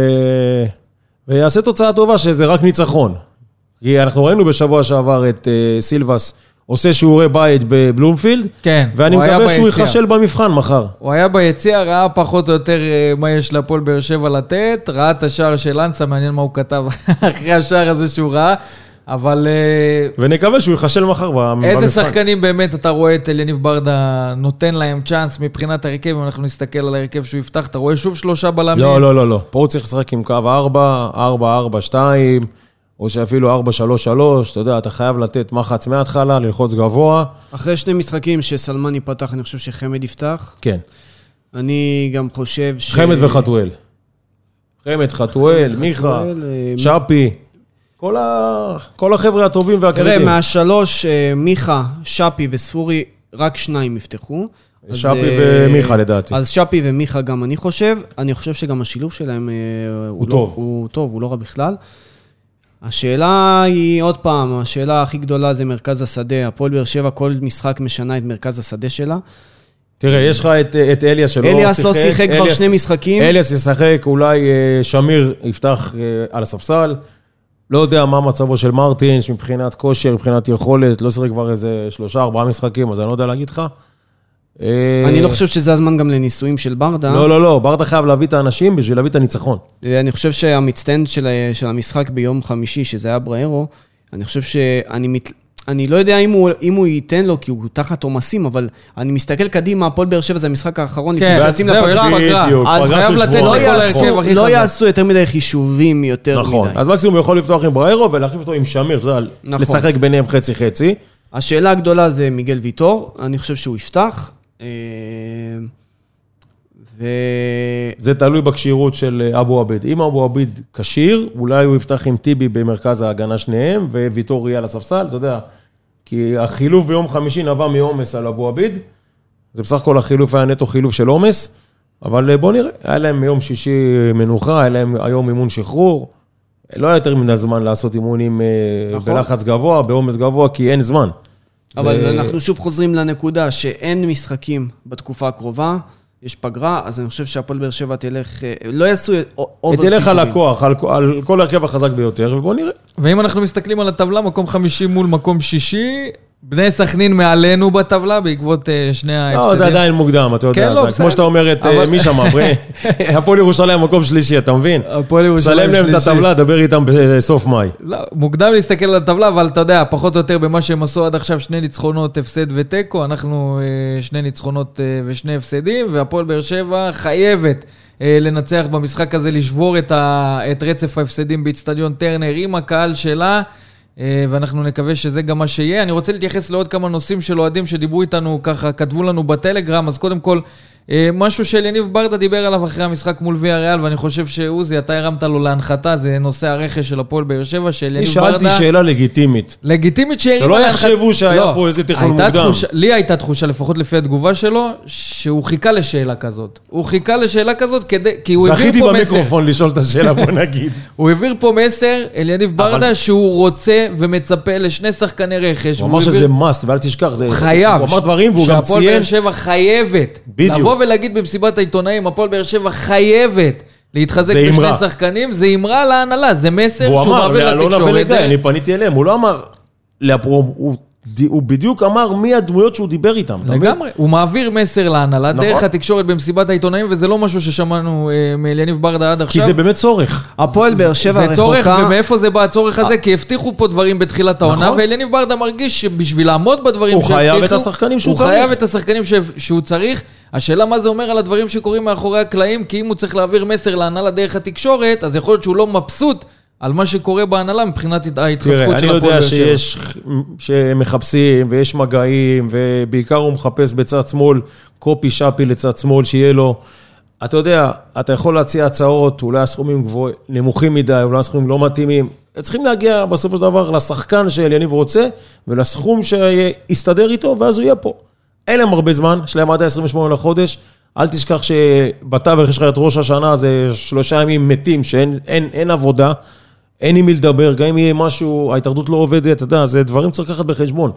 ויעשה תוצאה טובה שזה רק ניצחון. כי אנחנו ראינו בשבוע שעבר את uh, סילבס עושה שיעורי בית בבלומפילד, כן. ואני מקווה שהוא יחשל במבחן מחר. הוא היה ביציע, ראה פחות או יותר uh, מה יש לפועל באר שבע לתת, ראה את השער של אנסה, מעניין מה הוא כתב אחרי השער הזה שהוא ראה, אבל... ונקווה שהוא יחשל מחר במבחן. איזה שחקנים באמת אתה רואה את אליניב ברדה נותן להם צ'אנס מבחינת הרכב, אם אנחנו נסתכל על הרכב שהוא יפתח, אתה רואה שוב שלושה בלמים? לא, לא, לא, לא. פה הוא צריך לשחק עם קו ארבע, ארבע, ארבע, שתיים, או שאפילו ארבע, שלוש, שלוש, אתה יודע, אתה חייב לתת מחץ מההתחלה, ללחוץ גבוה. אחרי שני משחקים שסלמני פתח, אני חושב שחמד יפתח. כן. אני גם חושב ש... חמד וחתואל. חמד, חתואל, מיכה, שפי. כל, ה... כל החבר'ה הטובים והקרדים. תראה, מהשלוש, מיכה, שפי וספורי, רק שניים יפתחו. שפי ומיכה לדעתי. אז שפי ומיכה גם אני חושב. אני חושב שגם השילוב שלהם הוא, הוא טוב. לא, הוא טוב, הוא לא רע בכלל. השאלה היא, עוד פעם, השאלה הכי גדולה זה מרכז השדה. הפועל באר שבע, כל משחק משנה את מרכז השדה שלה. תראה, יש לך את, את אליאס שלא שיחק. אליאס לא שיחק כבר שני משחקים. אליאס ישחק, אולי שמיר יפתח על הספסל. לא יודע מה מצבו של מרטינש, מבחינת כושר, מבחינת יכולת, לא שיחק כבר איזה שלושה, ארבעה משחקים, אז אני לא יודע להגיד לך. אני לא חושב שזה הזמן גם לניסויים של ברדה. לא, לא, לא, ברדה חייב להביא את האנשים בשביל להביא את הניצחון. אני חושב שהמצטנד של, של המשחק ביום חמישי, שזה היה בריירו, אני חושב שאני מת... אני לא יודע אם הוא, אם הוא ייתן לו, כי הוא תחת עומסים, אבל אני מסתכל קדימה, הפועל באר שבע זה המשחק האחרון, לפני שעשים לפגרה, אז חייב לתת לכל ההרכב הכי חזק. לא יעשו יותר מדי חישובים יותר מדי. נכון, אז מקסימום הוא יכול לפתוח עם בריירו, ולהחליף אותו עם שמיר, אתה יודע, לשחק ביניהם חצי-חצי. השאלה הגדולה זה מיגל ויטור, אני חושב שהוא יפתח. זה תלוי בקשירות של אבו עביד. אם אבו עביד קשיר, אולי הוא יפתח עם טיבי במרכז ההגנה שניהם, וויטור יהיה על הספסל, אתה יודע, כי החילוף ביום חמישי נבע מעומס על אבו עביד, זה בסך הכל החילוף היה נטו חילוף של עומס, אבל בוא נראה, היה להם יום שישי מנוחה, היה להם היום אימון שחרור, לא היה יותר מן הזמן לעשות אימונים נכון. בלחץ גבוה, בעומס גבוה, כי אין זמן. אבל זה... אנחנו שוב חוזרים לנקודה שאין משחקים בתקופה הקרובה, יש פגרה, אז אני חושב שהפועל באר שבע תלך, לא יעשו אובר תלך על הכוח, על, על כל הרכב החזק ביותר, ובואו נראה. ואם אנחנו מסתכלים על הטבלה, מקום חמישי מול מקום שישי, בני סכנין מעלינו בטבלה, בעקבות שני ההפסדים. לא, זה עדיין מוקדם, אתה יודע, זה כמו שאתה אומר את מי שם, הפועל ירושלים מקום שלישי, אתה מבין? הפועל ירושלים שלישי. סלם להם את הטבלה, דבר איתם בסוף מאי. לא, מוקדם להסתכל על הטבלה, אבל אתה יודע, פחות או יותר במה שהם עשו עד עכשיו, שני ניצחונות, הפסד וטקו, אנחנו שני ניצחונות ושני הפסדים, והפועל באר שבע חייבת לנצח במשחק הזה, לשבור את רצף ההפסדים באצטדיון טרנר עם הקהל שלה, ואנחנו נקווה שזה גם מה שיהיה. אני רוצה להתייחס לעוד כמה נושאים של אוהדים שדיברו איתנו, ככה כתבו לנו בטלגרם, אז קודם כל, משהו של יניב ברדה דיבר עליו אחרי המשחק מול ויה ריאל, ואני חושב שעוזי, אתה הרמת לו להנחתה, זה נושא הרכש של הפועל באר שבע, של יניב ברדה. אני שאלתי שאלה לגיטימית. לגיטימית שהרימה שלא יחשבו שהיה פה איזה תכנון מוקדם. לי הייתה תחושה, לפחות לפי התגובה שלו, שהוא חיכה לשאלה כזאת. הוא חיכה לשאלה כזאת כדי, כי הוא העביר פה מסר. זכיתי במיקרופון לשאול את השאלה, בוא נגיד. הוא העביר פה מסר אל יניב ברדה, שהוא רוצה ומצפה לשני שחקני רכש. הוא אמר שזה must, ואל תשכח, זה... חייב. הוא אמר דברים, והוא גם שהפועל באר שבע חייבת. לבוא ולהגיד במסיבת העיתונאים, הפועל באר שבע חייבת להתחזק בשני שחקנים, זה אמרה להנהלה, זה מסר שהוא מעביר לתקשורת. אני פניתי אליהם, הוא לא אמר להפרום, הוא... הוא בדיוק אמר מי הדמויות שהוא דיבר איתם. לגמרי, הוא מעביר מסר להנהלה, דרך התקשורת במסיבת העיתונאים, וזה לא משהו ששמענו מאליניב ברדה עד עכשיו. כי זה באמת צורך. הפועל באר שבע רחוקה. זה צורך, ומאיפה זה בא הצורך הזה? כי הבטיחו פה דברים בתחילת העונה, ואליניב ברדה מרגיש שבשביל לעמוד בדברים שהבטיחו, הוא חייב את השחקנים שהוא צריך. הוא חייב את השחקנים שהוא צריך. השאלה מה זה אומר על הדברים שקורים מאחורי הקלעים, כי אם הוא צריך להעביר מסר להנהלה דרך התקשורת, אז יכול להיות שהוא לא מבסוט על מה שקורה בהנהלה מבחינת ההתחזקות של הפועל באר שבע. אני יודע שיש, שמחפשים ויש מגעים, ובעיקר הוא מחפש בצד שמאל, קופי שפי לצד שמאל, שיהיה לו, אתה יודע, אתה יכול להציע הצעות, אולי הסכומים גבוה, נמוכים מדי, אולי הסכומים לא מתאימים, צריכים להגיע בסופו של דבר לשחקן שאליניב רוצה, ולסכום שיסתדר איתו, ואז הוא יהיה פה. אין להם הרבה זמן, יש להם עד ה-עשרים ושמונה לחודש, אל תשכח שבתווך יש לך את ראש השנה, זה שלושה ימים מתים, שאין אין, אין עבודה, אין עם מי לדבר, גם אם יהיה משהו, ההתאחדות לא עובדת, אתה יודע, זה דברים צריך לקחת בחשבון.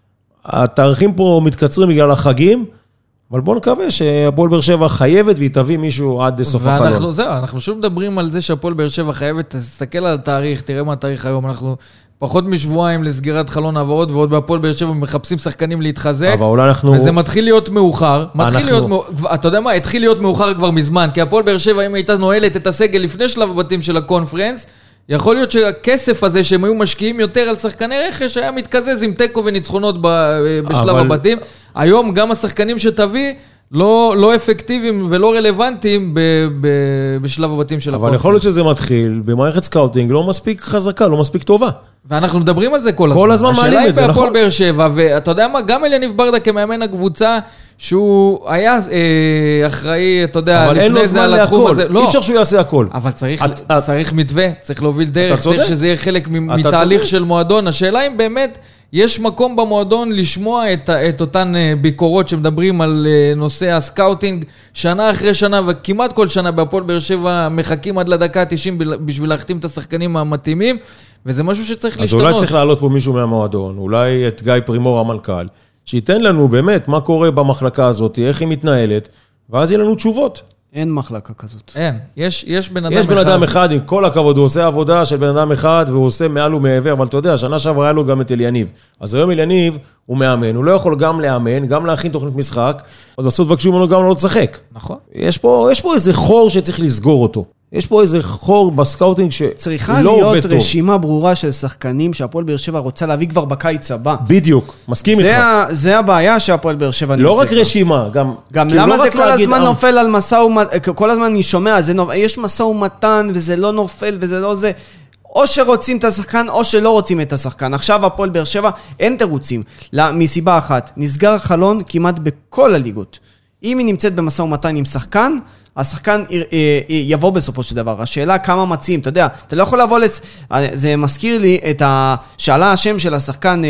התאריכים פה מתקצרים בגלל החגים, אבל בואו נקווה שהפועל באר שבע חייבת והיא תביא מישהו עד סוף החלון. ואנחנו, זהו, אנחנו שוב מדברים על זה שהפועל באר שבע חייבת, תסתכל על התאריך, תראה מה התאריך היום, אנחנו פחות משבועיים לסגירת חלון העברות, ועוד בהפועל באר שבע מחפשים שחקנים להתחזק, אבל אולי אנחנו... וזה מתחיל להיות מאוחר, מתחיל אנחנו... להיות מאוחר, אתה יודע מה, התחיל להיות מאוחר כבר מזמן, כי הפועל באר שבע, אם הייתה נועלת את הסגל לפני שלב הבתים של הקונפרנס, יכול להיות שהכסף הזה שהם היו משקיעים יותר על שחקני רכש, היה מתקזז עם טקו וניצחונות בשלב אבל... הבתים. היום גם השחקנים שתביא, לא, לא אפקטיביים ולא רלוונטיים ב, ב, בשלב הבתים של הקונפרנס. אבל יכול להיות שזה מתחיל במערכת סקאוטינג לא מספיק חזקה, לא מספיק טובה. ואנחנו מדברים על זה כל הזמן. כל הזמן מעלים את זה, נכון? השאלה היא בהפועל באר שבע, ואתה יודע מה, גם אליניב ברדה כמאמן הקבוצה, שהוא היה אה, אחראי, אתה יודע, לפני זה על התחום הזה. לא. אי אפשר שהוא יעשה הכל. אבל צריך, את, צריך מתווה, צריך להוביל דרך, צריך שזה יהיה חלק מתהליך של מועדון. השאלה אם באמת יש מקום במועדון לשמוע את, את אותן ביקורות שמדברים על נושא הסקאוטינג, שנה אחרי שנה, וכמעט כל שנה בהפועל באר שבע מחכים עד לדקה ה-תשעים בשביל להחתים את השחקנים המתאימים, וזה משהו שצריך להשתנות. אז אולי צריך לעלות פה מישהו מהמועדון, אולי את גיא פרימור המנכ"ל, שייתן לנו באמת מה קורה במחלקה הזאת, איך היא מתנהלת, ואז יהיה לנו תשובות. אין מחלקה כזאת. אין, יש, יש בן אדם יש אחד. יש בן אדם אחד, עם כל הכבוד, הוא עושה עבודה של בן אדם אחד, והוא עושה מעל ומעבר, אבל אתה יודע, שנה שעברה היה לו גם את אליניב. אז היום אליניב הוא מאמן, הוא לא יכול גם לאמן, גם להכין תוכנית משחק, עוד בסוף בקשו ממנו גם לא לשחק. נכון. יש פה, יש פה איזה חור שצריך לסגור אותו. יש פה איזה חור בסקאוטינג שלא עובד טוב. צריכה להיות רשימה ברורה של שחקנים שהפועל באר שבע רוצה להביא כבר בקיץ הבא. בדיוק, מסכים איתך. זה הבעיה שהפועל באר שבע נמצאת. לא רק רשימה, גם... גם למה זה כל הזמן נופל על מסע ומתן, כל הזמן אני שומע, יש מסע ומתן וזה לא נופל וזה לא זה... או שרוצים את השחקן או שלא רוצים את השחקן. עכשיו הפועל באר שבע אין תירוצים. מסיבה אחת, נסגר החלון כמעט בכל הליגות. אם היא נמצאת במשא ומתן עם שחקן, השחקן יבוא בסופו של דבר. השאלה כמה מציעים, אתה יודע, אתה לא יכול לבוא לס... זה מזכיר לי את השאלה השם של השחקן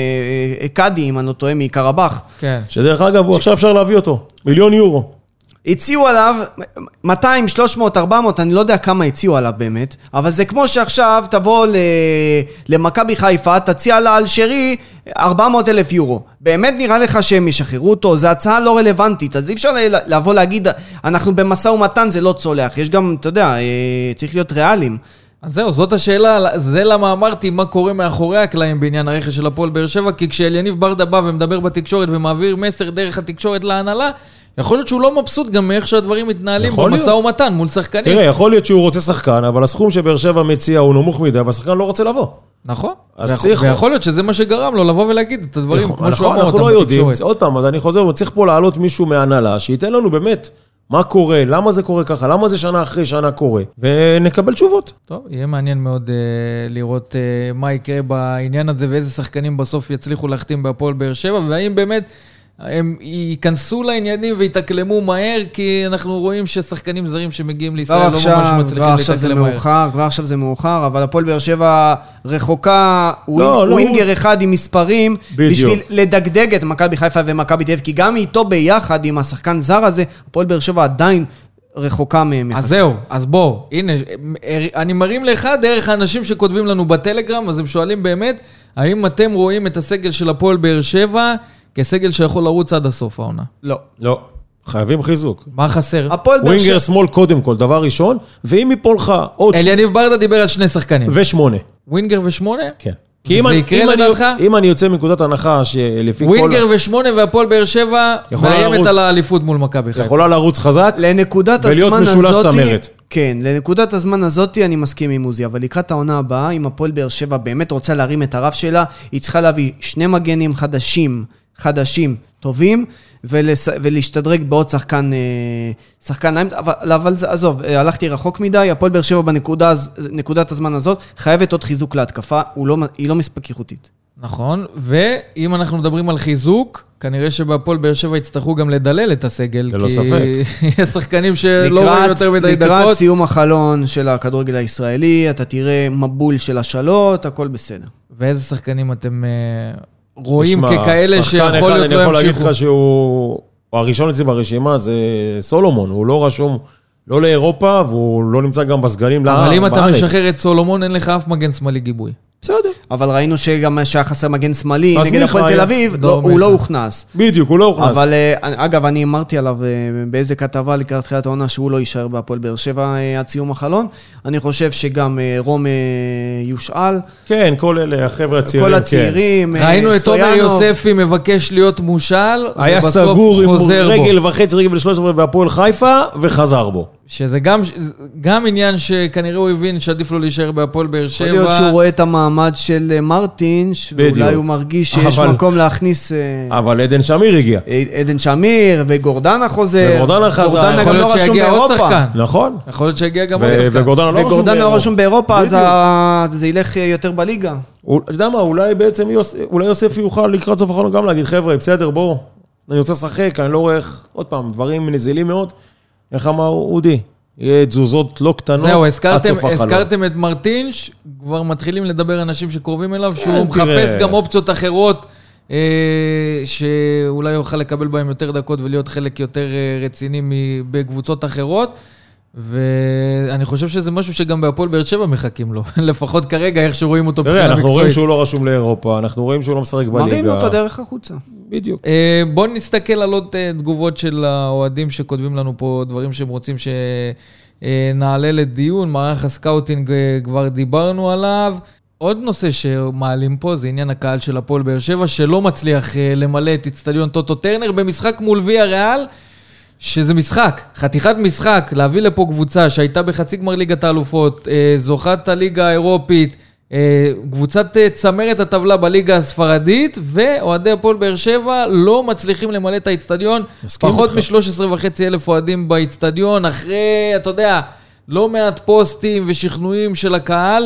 קאדי, אם אני לא טועה, מקרבח. כן. שדרך אגב, הוא עכשיו אפשר להביא אותו. מיליון יורו. הציעו עליו מאתיים, שלוש מאות, ארבע מאות, אני לא יודע כמה הציעו עליו באמת, אבל זה כמו שעכשיו תבוא למכבי חיפה, תציע לה על שרי ארבע מאות אלף יורו. באמת נראה לך שהם ישחררו אותו, זו הצעה לא רלוונטית, אז אי אפשר לבוא להגיד, אנחנו במשא ומתן, זה לא צולח. יש גם, אתה יודע, צריך להיות ריאליים. אז זהו, זאת השאלה, זה למה אמרתי מה קורה מאחורי הקלעים בעניין הרכש של הפועל באר שבע, כי כשאליניב ברדה בא ומדבר בתקשורת ומעביר מסר דרך התקשורת להנהלה, יכול להיות שהוא לא מבסוט גם מאיך שהדברים מתנהלים במשא ומתן מול שחקנים. תראה, יכול להיות שהוא רוצה שחקן, אבל הסכום שבאר שבע מציע הוא נמוך מדי, והשחקן לא רוצה לבוא. נכון. ויכול להיות שזה מה שגרם לו לבוא ולהגיד את הדברים כמו שהוא אמר אותם בתקשורת. אנחנו לא יודעים, עוד פעם, אז אני חוזר, צריך פה לעלות מישהו מהנהלה, שייתן לנו באמת מה קורה, למה זה קורה ככה, למה זה שנה אחרי שנה קורה, ונקבל תשובות. טוב, יהיה מעניין מאוד uh, לראות uh, מה יקרה בעניין הזה, ואיזה שחקנים בסוף יצליחו להחתים בהפועל באר שבע, והאם באמת הם ייכנסו לעניינים ויתקלמו מהר, כי אנחנו רואים ששחקנים זרים שמגיעים לישראל לא ממש מצליחים להתקלם מהר. כבר עכשיו זה מאוחר, אבל הפועל באר שבע רחוקה, ווינגר אחד עם מספרים, בשביל לדגדג את מכבי חיפה ומכבי תל אביב, כי גם איתו ביחד עם השחקן זר הזה, הפועל באר שבע עדיין רחוקה מהם. אז זהו, אז בוא, הנה, אני מרים לך דרך האנשים שכותבים לנו בטלגרם, אז הם שואלים באמת, האם אתם רואים את הסגל של הפועל באר שבע כסגל שיכול לרוץ עד הסוף העונה? לא. לא. חייבים חיזוק. מה חסר? ווינגר שמאל קודם כל, דבר ראשון, ואם יפול לך עוד... אליניב ברדה דיבר על שני שחקנים. ושמונה. ווינגר ושמונה? כן. זה יקרה לדעתך? אם אני יוצא מנקודת הנחה שלפי כל... ווינגר ושמונה והפועל באר שבע מאיימת על האליפות מול מכבי חיפה. יכולה לרוץ חזק ולהיות משולש צמרת. כן, לנקודת הזמן הזאת אני מסכים עם עוזי, אבל לקראת העונה הבאה, אם הפועל באר שבע באמת רוצה להרים את הרף שלה, היא צריכה להביא שני מגנים חדשים, חדשים, טובים, ולהשתדרג בעוד שחקן, שחקן, אבל, אבל עזוב, הלכתי רחוק מדי, הפועל באר שבע בנקודת הזמן הזאת, חייבת עוד חיזוק להתקפה, לא, היא לא מספק איכותית. נכון, ואם אנחנו מדברים על חיזוק, כנראה שבהפועל באר שבע יצטרכו גם לדלל את הסגל, כי ספק. יש שחקנים שלא רואים יותר מדי דקות. לקראת סיום החלון של הכדורגל הישראלי, אתה תראה מבול של השאלות, הכל בסדר. ואיזה שחקנים אתם רואים ככאלה שיכול להיות לא ימשיכו? אני יכול להגיד לך שהוא, הראשון אצלי ברשימה זה סולומון, הוא לא רשום לא לאירופה, והוא לא נמצא גם בסגלים בארץ. אבל אם אתה משחרר את סולומון, אין לך אף מגן שמאלי גיבוי. בסדר. אבל ראינו שגם שהיה חסר מגן שמאלי, נגד הפועל תל אביב, הוא לא הוכנס. בדיוק, הוא לא הוכנס. אבל אגב, אני אמרתי עליו באיזה כתבה לקראת תחילת העונה, שהוא לא יישאר בהפועל באר שבע עד סיום החלון. אני חושב שגם רום יושאל. כן, כל אלה, החבר'ה הצעירים. כל הצעירים, ראינו את עומר יוספי מבקש להיות מושל, היה סגור עם רגל וחצי, רגל ושלוש עשרה בהפועל חיפה, וחזר בו. שזה גם, גם עניין שכנראה הוא הבין שעדיף לו להישאר בהפועל באר שבע. יכול להיות שהוא רואה את המעמד של מרטין, ואולי הוא מרגיש שיש אבל, מקום להכניס... אבל עדן שמיר הגיע. עדן שמיר וגורדנה חוזר. וגורדנה חזר. גורדנה גם לא רשום באירופה. נכון. יכול להיות שהגיע גם עוד שחקן. וגורדנה לא, וגורדנה לא רשום באירופה, אז זה ילך יותר בליגה. אתה יודע מה, אולי בעצם אולי יוסף יוכל לקראת סוף החלון גם להגיד, חבר'ה, בסדר, בוא, אני רוצה לשחק, אני לא רואה איך, עוד פעם, דברים נזילים מאוד. איך אמר אודי? יהיה תזוזות לא קטנות. זהו, הזכרתם, הזכרתם את מרטינש, כבר מתחילים לדבר אנשים שקרובים אליו, שהוא מחפש גם אופציות אחרות, שאולי יוכל לקבל בהם יותר דקות ולהיות חלק יותר רציני בקבוצות אחרות, ואני חושב שזה משהו שגם בהפועל באר שבע מחכים לו, לפחות כרגע, איך שרואים אותו בחינה מקצועית. אנחנו רואים שהוא לא רשום לאירופה, אנחנו רואים שהוא לא משחק בליגה. מראים אותו דרך החוצה. בדיוק. בואו נסתכל על עוד תגובות של האוהדים שכותבים לנו פה דברים שהם רוצים שנעלה לדיון, מערך הסקאוטינג כבר דיברנו עליו. עוד נושא שמעלים פה זה עניין הקהל של הפועל באר שבע, שלא מצליח למלא את אצטדיון טוטו טרנר במשחק מול ויה ריאל, שזה משחק, חתיכת משחק, להביא לפה קבוצה שהייתה בחצי גמר ליגת האלופות, זוכת הליגה האירופית, קבוצת צמרת הטבלה בליגה הספרדית, ואוהדי הפועל באר שבע לא מצליחים למלא את האצטדיון, פחות מ-שלוש עשרה וחצי אלף אוהדים באצטדיון, אחרי, אתה יודע, לא מעט פוסטים ושכנועים של הקהל,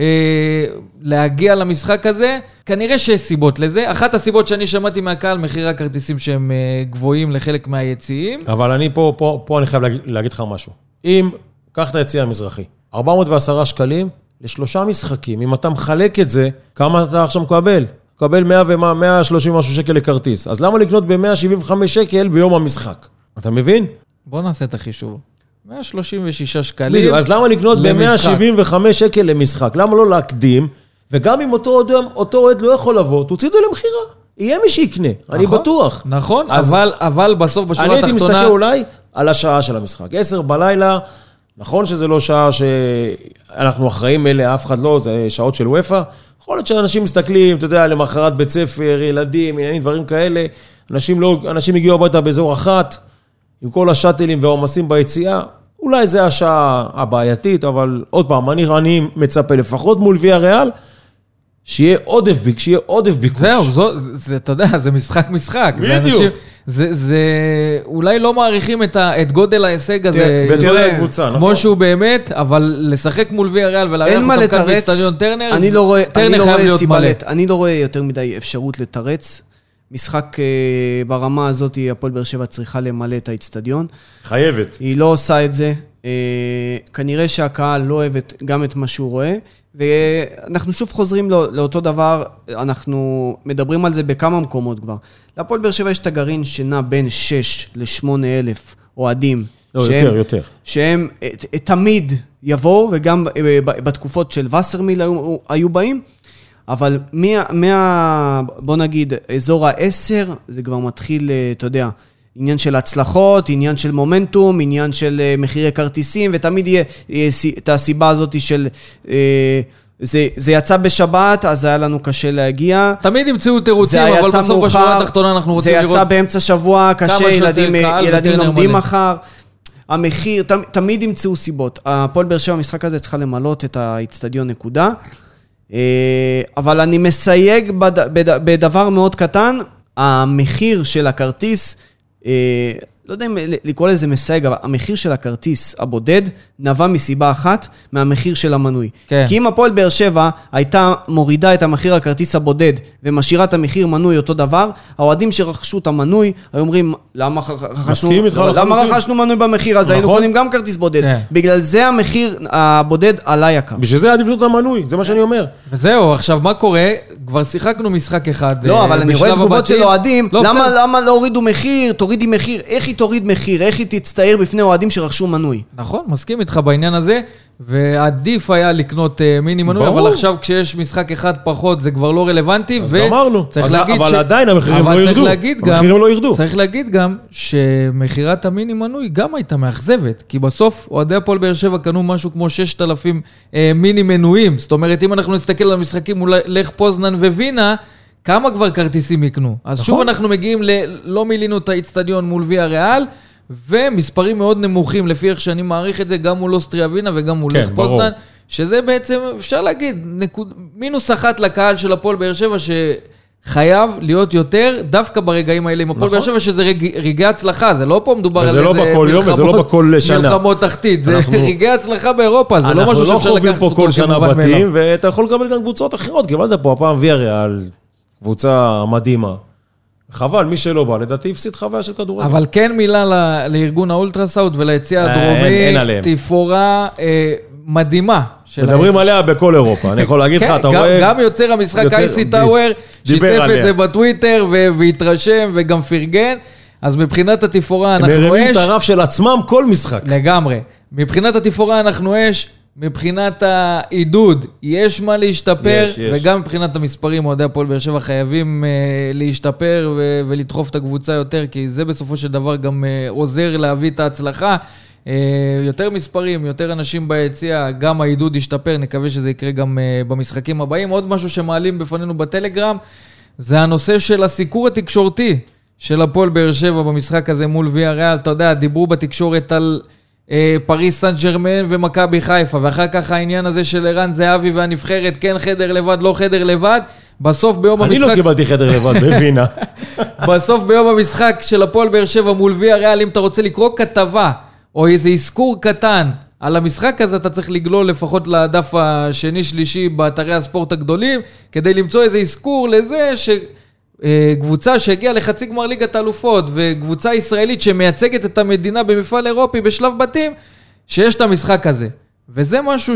להגיע למשחק הזה. כנראה שיש סיבות לזה. אחת הסיבות שאני שמעתי מהקהל, מחירי הכרטיסים שהם גבוהים לחלק מהיציעים. אבל אני פה, פה, פה אני חייב להגיד, להגיד לך משהו. אם, קח את היציע המזרחי, ארבע מאות ועשרה שקלים לשלושה משחקים, אם אתה מחלק את זה, כמה אתה עכשיו מקבל? מקבל מאה ומה, מאה ושלושים משהו שקל לכרטיס. אז למה לקנות ב-מאה שבעים וחמישה שקל ביום המשחק? אתה מבין? בוא נעשה את החישוב. מאה שלושים ושישה שקלים. אז למה לקנות ב-מאה שבעים וחמישה שקל למשחק? למה לא להקדים? וגם אם אותו אוהד, אותו אוהד לא יכול לבוא, תוציא את זה למחירה. יהיה מי שיקנה, אני בטוח. נכון, אבל, אבל בסוף בשורה התחתונה... אני הייתי מסתכל אולי על השעה של המשחק. עשר בלילה, נכון שזה לא שעה שאנחנו אחראים אליה, אף אחד לא, זה שעות של וופא. יכול להיות שאנשים מסתכלים, אתה יודע, למחרת בית ספר, ילדים, עניינים, דברים כאלה. אנשים, לא, אנשים הגיעו הביתה באזור אחת, עם כל השאטלים והעומסים ביציאה. אולי זה השעה הבעייתית, אבל עוד פעם, אני, אני מצפה לפחות מול ויה ריאל, שיהיה עודף ביק, שיהיה עודף ביקוש. זהו, זו, זה, אתה יודע, זה משחק משחק. בדיוק. זה אנשים, זה, זה, אולי לא מעריכים את, ה, את גודל ההישג הזה, ותראה קבוצה, כמו נכון? שהוא באמת, אבל לשחק מול ויה ריאל ולארח אותם כאן באצטדיון טרנר, אני לא רואה, טרנר אני לא חייב רואה להיות מלא. אני לא רואה יותר מדי אפשרות לתרץ משחק ברמה הזאת, הפועל באר שבע צריכה למלא את האצטדיון. חייבת. היא לא עושה את זה. כנראה שהקהל לא אוהב גם את מה שהוא רואה, ואנחנו שוב חוזרים לא, לאותו דבר, אנחנו מדברים על זה בכמה מקומות כבר. להפועל באר שבע יש את הגרעין שנע בין שש לשמונה אלף אוהדים. לא, שהם, יותר, יותר. שהם תמיד יבואו, וגם בתקופות של וסרמיל היו, היו באים, אבל מה, מה, בוא נגיד, אזור העשר, זה כבר מתחיל, אתה יודע, עניין של הצלחות, עניין של מומנטום, עניין של מחירי כרטיסים, ותמיד יהיה, יהיה את הסיבה הזאת של, זה, זה יצא בשבת, אז היה לנו קשה להגיע. תמיד ימצאו תירוצים, אבל בסוף בשורה התחתונה אנחנו רוצים לראות. זה יצא באמצע שבוע, קשה, ילדים, ילדים לומדים מחר. המחיר, תמיד ימצאו סיבות. הפועל באר שבע המשחק הזה צריכה למלות את האצטדיון נקודה. אבל אני מסייג בדבר מאוד קטן, המחיר של הכרטיס, לא יודע אם לקרוא לזה מסייג, אבל המחיר של הכרטיס הבודד נבע מסיבה אחת מהמחיר של המנוי. כן. כי אם הפועל באר שבע הייתה מורידה את המחיר הכרטיס הבודד ומשאירה את המחיר מנוי אותו דבר, האוהדים שרכשו את המנוי היו אומרים, למה רכשנו, למה רכשנו מנוי במחיר הזה? נכון? היינו קונים גם כרטיס בודד. כן. בגלל זה המחיר הבודד עלה יקר. בשביל זה עדיף לבנות את המנוי, זה מה שאני אומר. וזהו, עכשיו מה קורה? כבר שיחקנו משחק אחד. לא, אבל אני רואה תגובות של אוהדים, למה, למה לא הורידו מחיר? תורידי מחיר. איך היא תוריד מחיר? איך היא תצטער בפני אוהדים שרכשו מנוי? נכון, מסכים איתך בעניין הזה, ועדיף היה לקנות מיני מנוי, אבל עכשיו כשיש משחק אחד פחות זה כבר לא רלוונטי, אז גמרנו. אבל עדיין המחירים לא ירדו. המחירים לא ירדו. צריך להגיד גם שמחירת המיני מנוי גם הייתה מאכזבת, כי בסוף אוהדי הפועל באר שבע קנו משהו כמו שישת אלפים מיני מנויים, זאת אומרת אם אנחנו נסתכל על המשחקים מול לך פוזנן ווינה, כמה כבר כרטיסים יקנו? אז שוב אנחנו מגיעים ל... לא מילינו את האצטדיון מול ויה ריאל, ומספרים מאוד נמוכים, לפי איך שאני מעריך את זה, גם מול אוסטריה ווינה וגם מול לך פוזנן, שזה בעצם, אפשר להגיד, נקוד... מינוס אחת לקהל של הפועל באר שבע, שחייב להיות יותר, דווקא ברגעים האלה עם הפועל באר שבע, שזה רגעי הצלחה, זה לא פה מדובר על איזה מלחמות תחתית, זה רגעי הצלחה באירופה, זה לא משהו שאפשר לקחת אותו כמובן מאליו. ואתה יכול לקבל גם קבוצות אחרות, קיבלת פה הפעם ויה ריאל, קבוצה מדהימה. חבל, מי שלא בא, לדעתי הפסיד חוויה של כדורגל. אבל כן מילה לארגון האולטרסאוט וליציע הדרומי, תפאורה מדהימה. מדברים עליה בכל אירופה, אני יכול להגיד לך, אתה רואה... גם יוצר המשחק אייסי טאוור, שיתף את זה בטוויטר והתרשם וגם פרגן, אז מבחינת התפאורה אנחנו אש... הם מרימים את הרף של עצמם כל משחק. לגמרי. מבחינת התפאורה אנחנו אש... מבחינת העידוד, יש מה להשתפר, יש, יש. וגם מבחינת המספרים, אוהדי הפועל באר שבע חייבים uh, להשתפר ו- ולדחוף את הקבוצה יותר, כי זה בסופו של דבר גם uh, עוזר להביא את ההצלחה. Uh, יותר מספרים, יותר אנשים ביציע, גם העידוד ישתפר, נקווה שזה יקרה גם uh, במשחקים הבאים. עוד משהו שמעלים בפנינו בטלגרם, זה הנושא של הסיקור התקשורתי של הפועל באר שבע במשחק הזה מול ויה ריאל. אתה יודע, דיברו בתקשורת על... פריס סן ג'רמן ומכבי חיפה, ואחר כך העניין הזה של ערן זהבי והנבחרת, כן חדר לבד, לא חדר לבד, בסוף ביום המשחק... אני לא קיבלתי חדר לבד, בווינה. בסוף ביום המשחק של הפועל באר שבע מול ויה ריאל, אם אתה רוצה לקרוא כתבה, או איזה אזכור קטן על המשחק הזה, אתה צריך לגלול לפחות לדף השני-שלישי באתרי הספורט הגדולים, כדי למצוא איזה אזכור לזה ש... קבוצה שהגיעה לחצי גמר ליגת האלופות, וקבוצה ישראלית שמייצגת את המדינה במפעל אירופי בשלב בתים, שיש את המשחק הזה. וזה משהו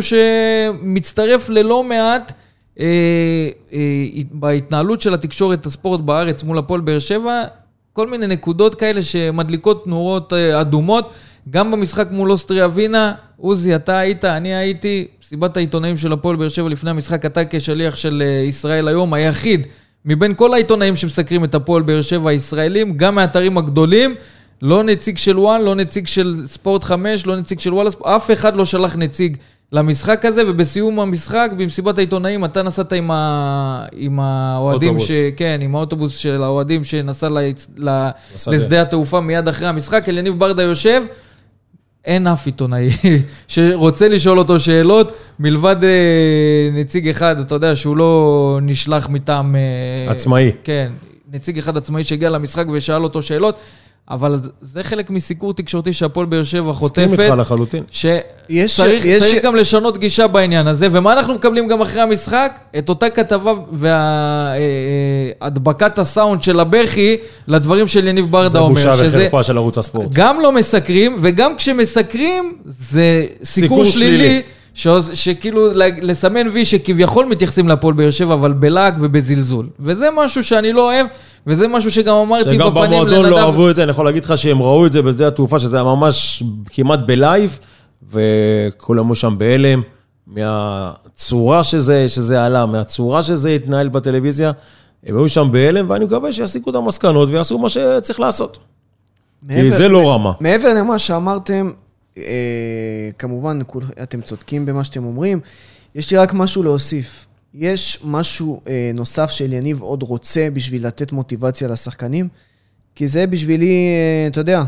שמצטרף ללא מעט אה, אה, בהתנהלות של התקשורת הספורט בארץ מול הפועל באר שבע, כל מיני נקודות כאלה שמדליקות תנורות אה, אדומות, גם במשחק מול אוסטריה ווינה. עוזי, אתה היית, אני הייתי, סיבת העיתונאים של הפועל באר שבע לפני המשחק, אתה כשליח של אה, ישראל היום, היחיד, מבין כל העיתונאים שמסקרים את הפועל באר שבע הישראלים, גם מהאתרים הגדולים, לא נציג של וואן, לא נציג של ספורט חמש, לא נציג של וואלה, אף אחד לא שלח נציג למשחק הזה, ובסיום המשחק, במסיבת העיתונאים, אתה נסעת עם, ה... עם האוהדים, ש... כן, עם האוטובוס של האוהדים שנסע ל... לשדה התעופה מיד אחרי המשחק, אליניב ברדה יושב, אין אף עיתונאי שרוצה לשאול אותו שאלות, מלבד נציג אחד, אתה יודע, שהוא לא נשלח מטעם... עצמאי. כן, נציג אחד עצמאי שהגיע למשחק ושאל אותו שאלות. אבל זה חלק מסיקור תקשורתי שהפועל באר שבע חוטפת. מסכים איתך לחלוטין. שצריך יש... גם לשנות גישה בעניין הזה, ומה אנחנו מקבלים גם אחרי המשחק? את אותה כתבה והדבקת הסאונד של הבכי לדברים של יניב ברדה אומר. זה בושה וחרפה של ערוץ הספורט. גם לא מסקרים, וגם כשמסקרים, זה סיקור שלילי. שלילי. שכאילו לסמן וי שכביכול מתייחסים לפועל באר שבע, אבל בלעג ובזלזול. וזה משהו שאני לא אוהב, וזה משהו שגם אמרתי בפנים לנדב. שגם במועדון לא אהבו את זה, אני יכול להגיד לך שהם ראו את זה בשדה התעופה, שזה היה ממש כמעט בלייב, וכולם היו שם בהלם, מהצורה שזה, שזה עלה, מהצורה שזה התנהל בטלוויזיה, הם היו שם בהלם, ואני מקווה שיסיקו את המסקנות ויעשו מה שצריך לעשות. כי זה לא רמה. מעבר למה שאמרתם, כמובן, אתם צודקים במה שאתם אומרים, יש לי רק משהו להוסיף. יש משהו נוסף של יניב עוד רוצה בשביל לתת מוטיבציה לשחקנים, כי זה בשבילי, אתה יודע,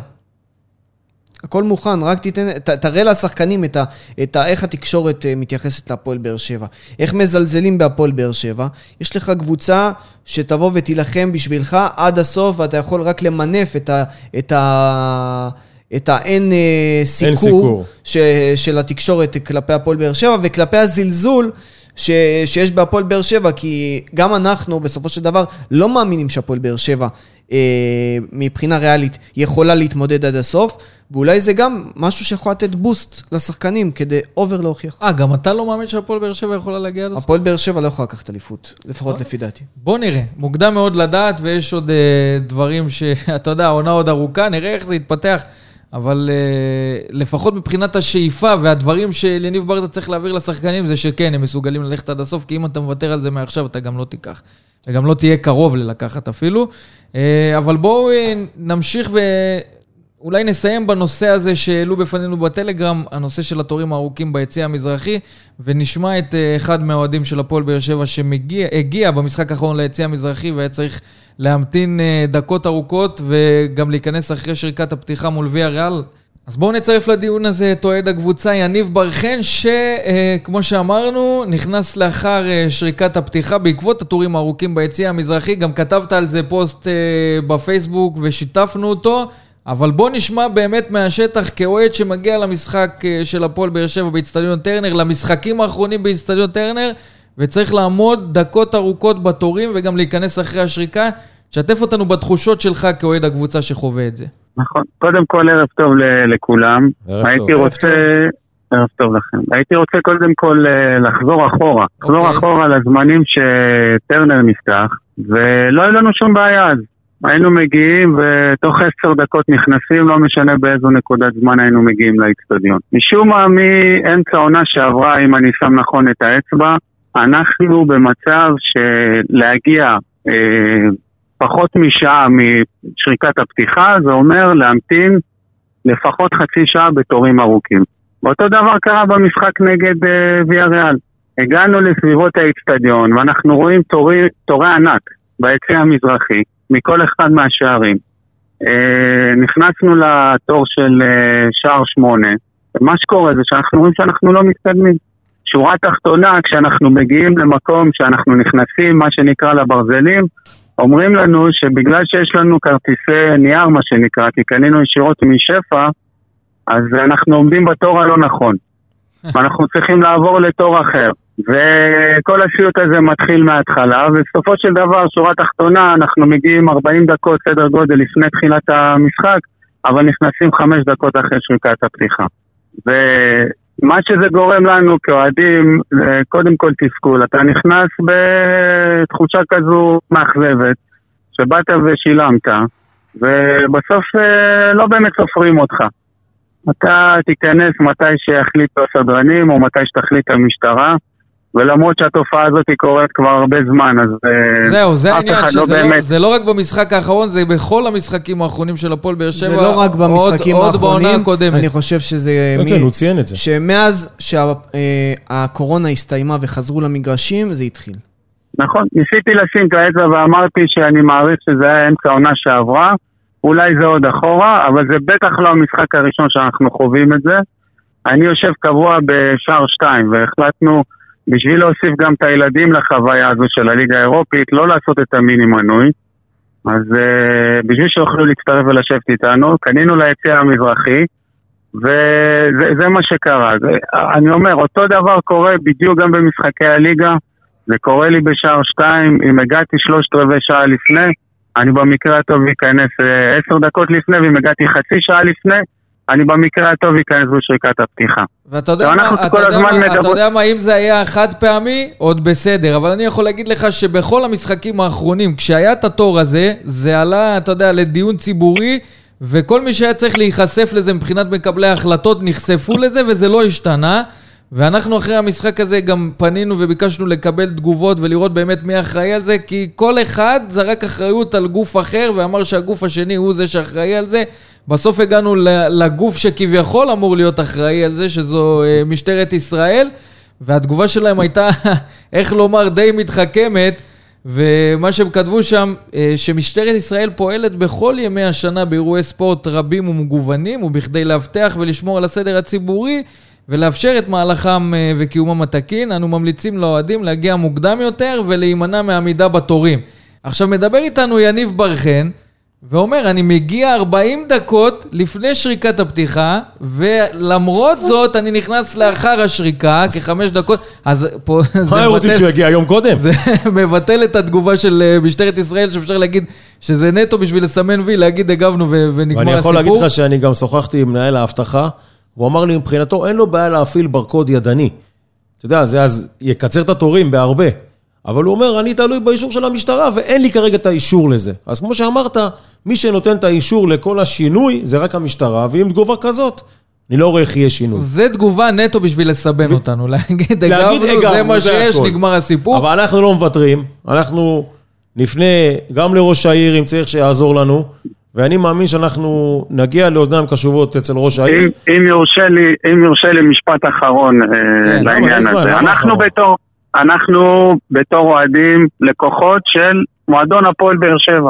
הכל מוכן, רק תיתן, ת, תראה לשחקנים את ה, את ה, איך התקשורת מתייחסת לפועל באר שבע, איך מזלזלים בהפועל באר שבע, יש לך קבוצה שתבוא ותילחם בשבילך עד הסוף, ואתה יכול רק למנף את ה... את ה את האין סיקור, סיקור. ש, של התקשורת כלפי הפועל באר שבע, וכלפי הזלזול ש, שיש בהפועל באר שבע, כי גם אנחנו בסופו של דבר לא מאמינים שהפועל באר שבע אה, מבחינה ריאלית יכולה להתמודד עד הסוף, ואולי זה גם משהו שיכול לתת בוסט לשחקנים כדי אובר להוכיח. אה, גם אתה לא מאמין שהפועל באר שבע יכולה להגיע עד הסוף? הפועל באר שבע לא יכולה לקחת אליפות, לפחות לפי דעתי. בוא נראה, מוקדם מאוד לדעת, ויש עוד אה, דברים שאתה יודע, העונה עוד ארוכה, נראה איך זה יתפתח. אבל uh, לפחות מבחינת השאיפה והדברים שיניב ברדה צריך להעביר לשחקנים, זה שכן, הם מסוגלים ללכת עד הסוף, כי אם אתה מוותר על זה מעכשיו, אתה גם לא תיקח. וגם לא תהיה קרוב ללקחת אפילו. Uh, אבל בואו uh, נמשיך ואולי נסיים בנושא הזה שהעלו בפנינו בטלגרם, הנושא של התורים הארוכים ביציע המזרחי, ונשמע את uh, אחד מהאוהדים של הפועל באר שבע שהגיע במשחק האחרון ליציע המזרחי, והיה צריך להמתין דקות ארוכות וגם להיכנס אחרי שריקת הפתיחה מול ויה ריאל. אז בואו נצרף לדיון הזה את אוהד הקבוצה יניב בר חן, שכמו שאמרנו נכנס לאחר שריקת הפתיחה בעקבות התורים הארוכים ביציע המזרחי. גם כתבת על זה פוסט בפייסבוק ושיתפנו אותו, אבל בואו נשמע באמת מהשטח כאוהד שמגיע למשחק של הפועל באר שבע באצטדיון טרנר, למשחקים האחרונים באצטדיון טרנר, וצריך לעמוד דקות ארוכות בתורים וגם להיכנס אחרי השריקה. שתף אותנו בתחושות שלך כאוהד הקבוצה שחווה את זה. נכון. קודם כל ערב טוב לכולם. הייתי רוצה... ערב טוב לכם. הייתי רוצה קודם כל לחזור אחורה. לחזור אחורה לזמנים שטרנר נפתח, ולא היה לנו שום בעיה אז. היינו מגיעים ותוך עשר דקות נכנסים, לא משנה באיזו נקודת זמן היינו מגיעים לאצטדיון. משום מה מאמצע העונה שעברה, אם אני שם נכון את האצבע, אנחנו במצב שלהגיע אה, פחות משעה משריקת הפתיחה, זה אומר להמתין לפחות חצי שעה בתורים ארוכים. ואותו דבר קרה במשחק נגד אה, ויה ריאל. הגענו לסביבות האצטדיון, ואנחנו רואים תורי, תורי ענק ביציע המזרחי, מכל אחד מהשערים. אה, נכנסנו לתור של אה, שער שמונה, ומה שקורה זה שאנחנו רואים שאנחנו לא מתקדמים. שורה תחתונה, כשאנחנו מגיעים למקום שאנחנו נכנסים, מה שנקרא לברזלים, אומרים לנו שבגלל שיש לנו כרטיסי נייר, מה שנקרא, כי קנינו ישירות משפע, אז אנחנו עומדים בתור הלא נכון. ואנחנו צריכים לעבור לתור אחר. וכל הסיוט הזה מתחיל מההתחלה, ובסופו של דבר, שורה תחתונה, אנחנו מגיעים ארבעים דקות סדר גודל לפני תחילת המשחק, אבל נכנסים חמש דקות אחרי שריקת הפתיחה. ומה שזה גורם לנו כאוהדים, קודם כל תסכול. אתה נכנס בתחושה כזו מאכזבת, שבאת ושילמת, ובסוף לא באמת סופרים אותך. אתה תיכנס מתי שיחליטו הסדרנים, או מתי שתחליט המשטרה, ולמרות שהתופעה הזאת היא קורית כבר הרבה זמן, אז זהו, זה העניין, שזה לא, זה לא רק במשחק האחרון, זה בכל המשחקים האחרונים של הפועל באר שבע. זה לא רק במשחקים עוד, האחרונים, עוד בעונה הקודמת. אני חושב שזה... כן, הוא ציין את זה. שמאז שהקורונה הסתיימה וחזרו למגרשים, זה התחיל. נכון, ניסיתי לשים את האצבע ואמרתי שאני מעריך שזה היה אמצע העונה שעברה, אולי זה עוד אחורה, אבל זה בטח לא המשחק הראשון שאנחנו חווים את זה. אני יושב קבוע בשער שתיים, והחלטנו בשביל להוסיף גם את הילדים לחוויה הזו של הליגה האירופית, לא לעשות את המיני מנוי, אז uh, בשביל שיוכלו להצטרף ולשבת איתנו, קנינו ליציע המזרחי, וזה מה שקרה. זה, אני אומר, אותו דבר קורה בדיוק גם במשחקי הליגה, זה קורה לי בשער שתיים, אם הגעתי שלושת רבעי שעה לפני, אני במקרה הטוב אכנס עשר דקות לפני, ואם הגעתי חצי שעה לפני, אני במקרה הטוב אכנס בשריקת הפתיחה. ואתה יודע מה, אתה יודע מה, אתה יודע מה, אם זה היה חד פעמי, עוד בסדר, אבל אני יכול להגיד לך שבכל המשחקים האחרונים, כשהיה את התור הזה, זה עלה, אתה יודע, לדיון ציבורי, וכל מי שהיה צריך להיחשף לזה מבחינת מקבלי ההחלטות נחשפו לזה, וזה לא השתנה. ואנחנו אחרי המשחק הזה גם פנינו וביקשנו לקבל תגובות ולראות באמת מי אחראי על זה, כי כל אחד זרק אחריות על גוף אחר ואמר שהגוף השני הוא זה שאחראי על זה. בסוף הגענו לגוף שכביכול אמור להיות אחראי על זה, שזו משטרת ישראל, והתגובה שלהם הייתה, איך לומר, די מתחכמת, ומה שהם כתבו שם, שמשטרת ישראל פועלת בכל ימי השנה באירועי ספורט רבים ומגוונים, ובכדי להבטח ולשמור על הסדר הציבורי, ולאפשר את מהלכם וקיומם התקין, אנו ממליצים לאוהדים להגיע מוקדם יותר ולהימנע מעמידה בתורים. עכשיו מדבר איתנו יניב ברכן, ואומר, אני מגיע ארבעים דקות לפני שריקת הפתיחה, ולמרות זאת אני נכנס לאחר השריקה, כחמש דקות, אז פה מה הם רוצים שהוא יגיע היום קודם? זה מבטל את התגובה של משטרת ישראל, שאפשר להגיד שזה נטו בשביל לסמן וי, להגיד הגבנו ונגמר הסיפור. ואני יכול להגיד לך שאני גם שוחחתי עם מנהל ההבטחה, הוא אמר לי, מבחינתו, אין לו בעיה להפעיל ברקוד ידני. אתה יודע, זה אז יקצר את התורים בהרבה. אבל הוא אומר, אני תלוי באישור של המשטרה, ואין לי כרגע את האישור לזה. אז כמו שאמרת, מי שנותן את האישור לכל השינוי, זה רק המשטרה, ועם תגובה כזאת, אני לא רואה איך יהיה שינוי. זה תגובה נטו בשביל לסבן ו... אותנו, להגיד, הגבנו, זה מה שיש, נגמר הסיפור. אבל אנחנו לא מוותרים, אנחנו נפנה גם לראש העיר, אם צריך שיעזור לנו, ואני מאמין שאנחנו נגיע לאוזניים קשובות אצל ראש העיר. אם, אם יורשה לי, אם יורשה לי משפט אחרון כן, לעניין הזה. למה, אנחנו למה בתור, אנחנו בתור אוהדים לקוחות של מועדון הפועל באר שבע.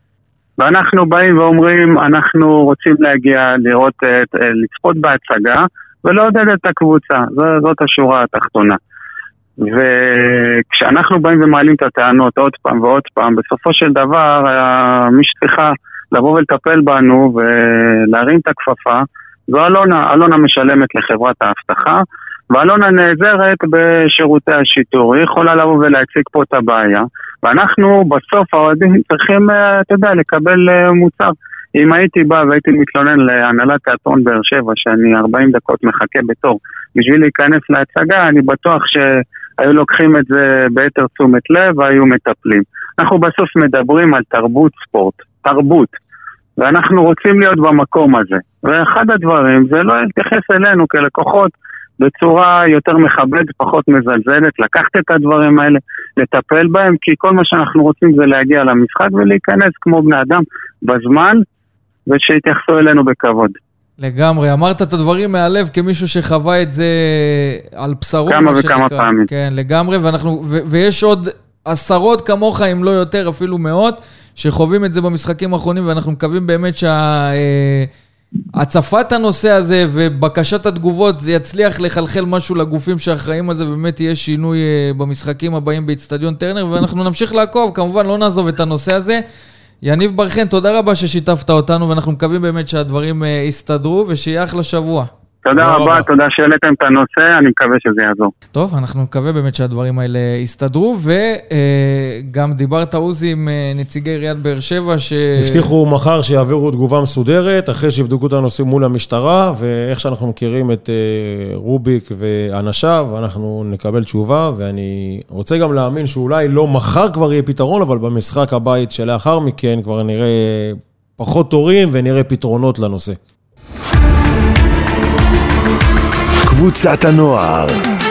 ואנחנו באים ואומרים, אנחנו רוצים להגיע לראות, לצפות בהצגה, ולעודד את הקבוצה. זאת השורה התחתונה. וכשאנחנו באים ומעלים את הטענות עוד פעם ועוד פעם, בסופו של דבר, מי שצריכה לבוא ולטפל בנו ולהרים את הכפפה, זו אלונה, אלונה משלמת לחברת ההבטחה, ואלונה נעזרת בשירותי השיטור, היא יכולה לבוא ולהציג פה את הבעיה, ואנחנו בסוף האוהדים צריכים, אתה יודע, לקבל מוצר. אם הייתי בא והייתי מתלונן להנהלת תיאטרון באר שבע, שאני ארבעים דקות מחכה בתור, בשביל להיכנס להצגה, אני בטוח שהיו לוקחים את זה ביתר תשומת לב, והיו מטפלים. אנחנו בסוף מדברים על תרבות ספורט, תרבות, ואנחנו רוצים להיות במקום הזה. ואחד הדברים זה לא להתייחס אלינו כלקוחות בצורה יותר מכבדת, פחות מזלזלת, לקחת את הדברים האלה, לטפל בהם, כי כל מה שאנחנו רוצים זה להגיע למשחק ולהיכנס כמו בני אדם בזמן, ושיתייחסו אלינו בכבוד. לגמרי, אמרת את הדברים מהלב כמישהו שחווה את זה על בשרו. כמה וכמה פעמים. כן, לגמרי, ואנחנו, ו- ויש עוד עשרות כמוך, אם לא יותר, אפילו מאות, שחווים את זה במשחקים האחרונים, ואנחנו מקווים באמת שהצפת הנושא הזה ובקשת התגובות, זה יצליח לחלחל משהו לגופים שאחראים על זה, ובאמת יהיה שינוי במשחקים הבאים באצטדיון טרנר, ואנחנו נמשיך לעקוב, כמובן לא נעזוב את הנושא הזה. יניב ברכן, תודה רבה ששיתפת אותנו, ואנחנו מקווים באמת שהדברים יסתדרו, ושיהיה אחלה שבוע. תודה רבה, תודה שהעליתם את הנושא, אני מקווה שזה יעזור. טוב, אנחנו מקווה באמת שהדברים האלה יסתדרו, וגם דיברת עוזי עם נציגי עיריית באר שבע, ש... הבטיחו מחר שיעבירו תגובה מסודרת, אחרי שיבדקו את הנושאים מול המשטרה, ואיך שאנחנו מכירים את רוביק ואנשיו, אנחנו נקבל תשובה, ואני רוצה גם להאמין שאולי לא מחר כבר יהיה פתרון, אבל במשחק הבית שלאחר מכן כבר נראה פחות תורים, ונראה פתרונות לנושא. קבוצת הנוער.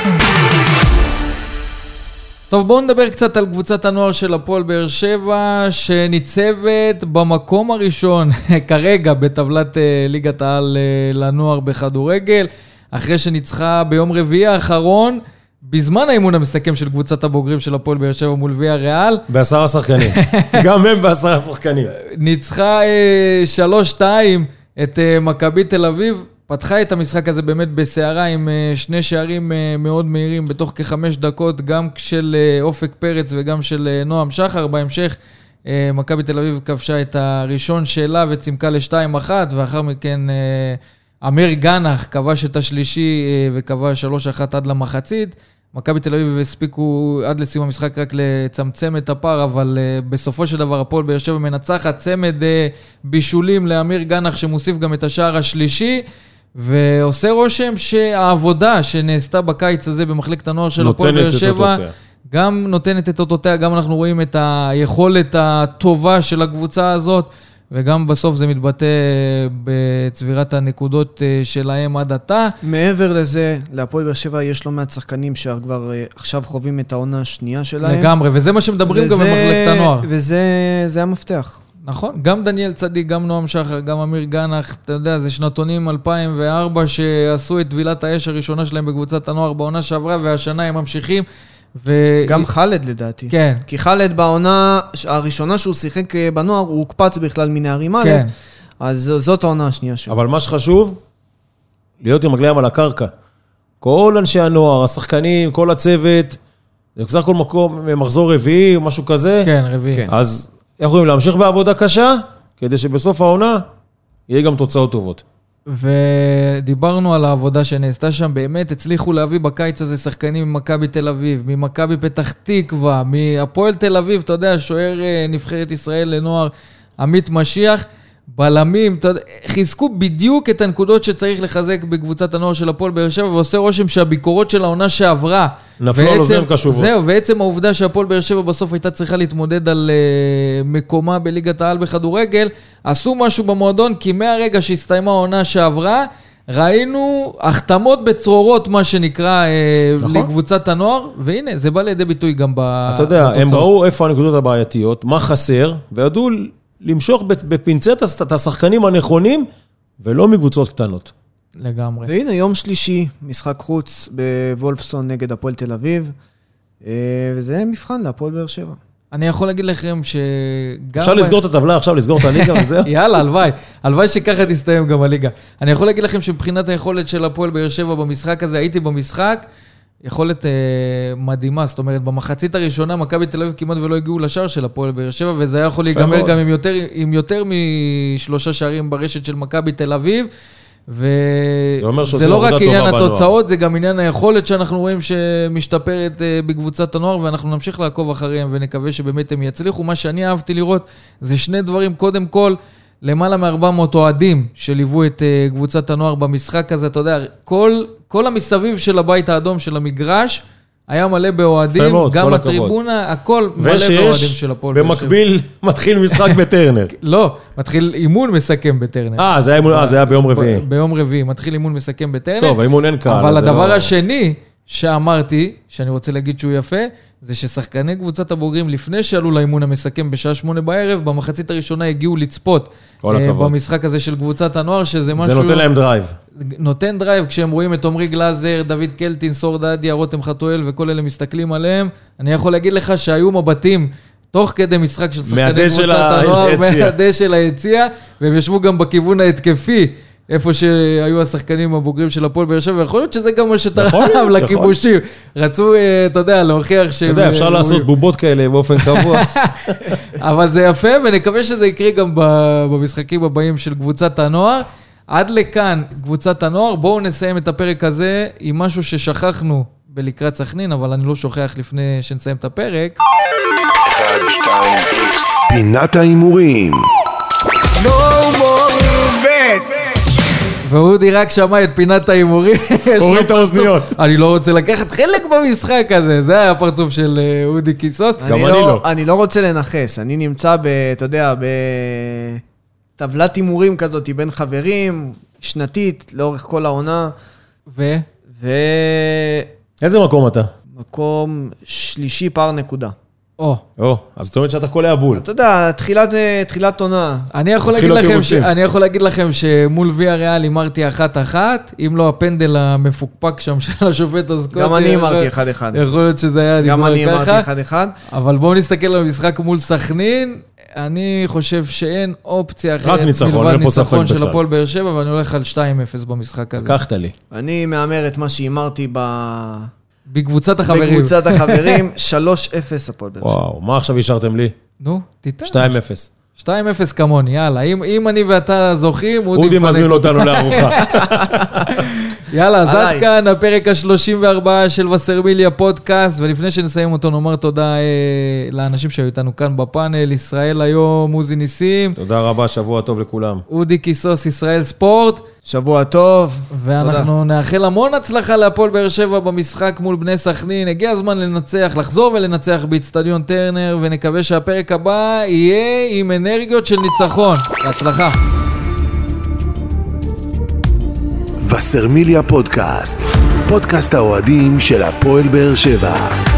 טוב, בואו נדבר קצת על קבוצת הנוער של הפועל באר שבע, שניצבת במקום הראשון כרגע בטבלת ליגת העל לנוער בכדורגל, אחרי שניצחה ביום רביעי האחרון, בזמן האימון המסכם של קבוצת הבוגרים של הפועל באר שבע מול ויה ריאל. בעשרה שחקנים. גם הם בעשרה שחקנים. ניצחה שלוש שתיים את מכבי תל אביב, פתחה את המשחק הזה באמת בסערה עם שני שערים מאוד מהירים בתוך כחמש דקות, גם של אופק פרץ וגם של נועם שחר. בהמשך מכבי תל אביב כבשה את הראשון שלה וצימקה ל-שתיים אחת, ואחר מכן אמיר גנח כבש את השלישי וכבש שלוש אחת עד למחצית. מכבי תל אביב הספיקו עד לסיום המשחק רק לצמצם את הפער, אבל בסופו של דבר הפועל באר שבע מנצחת, צמד בישולים לאמיר גנח שמוסיף גם את השער השלישי, ועושה רושם שהעבודה שנעשתה בקיץ הזה במחלקת הנוער של הפועל באר שבע גם נותנת את אותותיה, גם אנחנו רואים את היכולת הטובה של הקבוצה הזאת, וגם בסוף זה מתבטא בצבירת הנקודות שלהם עד עתה. מעבר לזה, להפועל באר שבע יש לא מעט שחקנים שכבר עכשיו חווים את העונה השנייה שלהם. לגמרי, וזה מה שמדברים וזה, גם במחלקת הנוער. וזה זה המפתח. נכון, גם דניאל צדיק, גם נועם שחר, גם אמיר גנח, אתה יודע, זה שנתונים אלפיים וארבע שעשו את טבילת האש הראשונה שלהם בקבוצת הנוער בעונה שעברה, והשנה הם ממשיכים. ו... גם חלד לדעתי. כן. כי חלד בעונה הראשונה שהוא שיחק בנוער, הוא הוקפץ בכלל מנערים א', כן. אז זאת העונה השנייה שלו. אבל מה שחשוב, להיות עם רגליים על הקרקע. כל אנשי הנוער, השחקנים, כל הצוות, זה בסך הכל מקום, מחזור רביעי או משהו כזה. כן, רביעי. כן. אז יכולים להמשיך בעבודה קשה, כדי שבסוף העונה יהיה גם תוצאות טובות. ודיברנו על העבודה שנעשתה שם, באמת הצליחו להביא בקיץ הזה שחקנים ממכבי תל אביב, ממכבי פתח תקווה, מהפועל תל אביב, אתה יודע, שוער נבחרת ישראל לנוער, עמית משיח, בלמים, אתה יודע, חיזקו בדיוק את הנקודות שצריך לחזק בקבוצת הנוער של הפועל באר שבע, ועושה רושם שהביקורות של העונה שעברה, נפלו על אוזניים קשובות. זהו, ועצם העובדה שהפועל באר שבע בסוף הייתה צריכה להתמודד על uh, מקומה בליגת העל בכדורגל, עשו משהו במועדון, כי מהרגע שהסתיימה העונה שעברה, ראינו החתמות בצרורות, מה שנקרא, uh, נכון. לקבוצת הנוער, והנה, זה בא לידי ביטוי גם בתוצאות. אתה יודע, הם ראו איפה הנקודות הבעייתיות, מה חסר, וידעו למשוך בפינצט את השחקנים הנכונים, ולא מקבוצות קטנות. לגמרי. והנה, יום שלישי, משחק חוץ בוולפסון נגד הפועל תל אביב, וזה מבחן להפועל באר שבע. אני יכול להגיד לכם שגם... אפשר לסגור את הטבלה, עכשיו לסגור את הליגה וזהו. יאללה, הלוואי. הלוואי שככה תסתיים גם הליגה. אני יכול להגיד לכם שמבחינת היכולת של הפועל באר שבע במשחק הזה, הייתי במשחק, יכולת אה, מדהימה, זאת אומרת, במחצית הראשונה, מכבי תל אביב כמעט ולא הגיעו לשער של הפועל באר שבע, וזה היה יכול להיגמר גם עם יותר, עם יותר משלושה שערים ברשת של מכבי תל אביב, וזה לא רק עניין התוצאות, זה גם עניין היכולת שאנחנו רואים שמשתפרת אה, בקבוצת הנוער, ואנחנו נמשיך לעקוב אחריהם, ונקווה שבאמת הם יצליחו. מה שאני אהבתי לראות, זה שני דברים, קודם כל, למעלה מ-ארבע מאות אוהדים שליוו את uh, קבוצת הנוער במשחק הזה, אתה יודע, כל, כל המסביב של הבית האדום של המגרש היה מלא באוהדים, מאוד, גם הטריבונה, הכל מלא באוהדים של הפועל. במקביל מתחיל משחק בטרנר. לא, מתחיל אימון מסכם בטרנר. אה, זה היה, אימון, זה היה ביום רביעי. ביום רביעי, מתחיל אימון מסכם בטרנר. טוב, האימון אין קהל. אבל הדבר לא... השני שאמרתי, שאני רוצה להגיד שהוא יפה, זה ששחקני קבוצת הבוגרים, לפני שעלו לאימון המסכם בשעה שמונה בערב, במחצית הראשונה הגיעו לצפות במשחק הזה של קבוצת הנוער, שזה משהו... זה נותן להם דרייב. נותן דרייב, כשהם רואים את עומרי גלאזר, דוד קלטין, סור דדיה, רותם חתואל, וכל אלה מסתכלים עליהם. אני יכול להגיד לך שהיו מבטים, תוך כדי משחק של שחקני קבוצת הנוער, מהדשא של היציאה, והם ישבו גם בכיוון ההתקפי, איפה שהיו השחקנים הבוגרים של הפועל באר שבע, ויכול להיות שזה גם מה שתרם לכיבושים. רצו, אתה יודע, להוכיח שהם... אתה יודע, אפשר לעשות בובות כאלה באופן קבוע. אבל זה יפה, ונקווה שזה יקרה גם במשחקים הבאים של קבוצת הנוער. עד לכאן, קבוצת הנוער, בואו נסיים את הפרק הזה עם משהו ששכחנו בלקראת סכנין, אבל אני לא שוכח לפני שנסיים את הפרק. אחד, שתיים, איקס. פינת האימורים. No more bet. ואודי רק שמע את פינת האימורים. הוריד את האוזניות. אני לא רוצה לקחת חלק במשחק הזה. זה היה הפרצוף של אודי כיסוס. גם אני לא. אני לא רוצה לנחס. אני נמצא ב, אתה יודע, בטבלת אימורים כזאת בין חברים, שנתית, לאורך כל העונה. ו? ו... איזה מקום אתה? מקום שלישי פער נקודה. או. או, אז זאת אומרת שאתה קולע בול. אתה יודע, תחילת עונה. אני יכול להגיד לכם ש... אני יכול להגיד לכם שמול ויה ריאל אמרתי אחת אחת, אם לא הפנדל המפוקפק שם של השופט הסקוטי. גם אני אמרתי אחד אחד. יכול להיות שזה היה גם אני אמרתי אחד אחד. אבל בואו נסתכל על המשחק מול סכנין. אני חושב שאין אופציה אחרת מלבד ניצחון של הפועל באר שבע, ואני הולך על שתיים אפס במשחק הזה. לקחת לי. אני מאמר את מה שאמרתי ב... בקבוצת החברים. בקבוצת החברים, שלוש אפס הפועל באר שבע. וואו, מה עכשיו השארתם לי? נו, תיתן. שתיים אפס. שתיים אפס כמוני, יאללה. אם, אם אני ואתה זוכים, אודי מזמין אותנו לארוחה. יאללה, אז עד כאן הפרק ה-שלושים וארבע של וסרמיליה פודקאסט, ולפני שנסיים אותו נאמר תודה אה, לאנשים שהיו איתנו כאן בפאנל, ישראל היום, עוזי ניסים. תודה רבה, שבוע טוב לכולם. אודי קיסוס, ישראל ספורט. שבוע טוב. ואנחנו תודה. נאחל המון הצלחה להפועל באר שבע במשחק מול בני סכנין. הגיע הזמן לנצח, לחזור ולנצח באצטדיון טרנר, ונקווה שהפרק הבא יהיה עם אנרגיות של ניצחון. בהצלחה. וסרמיליה פודקאסט, פודקאסט האוהדים של הפועל באר שבע.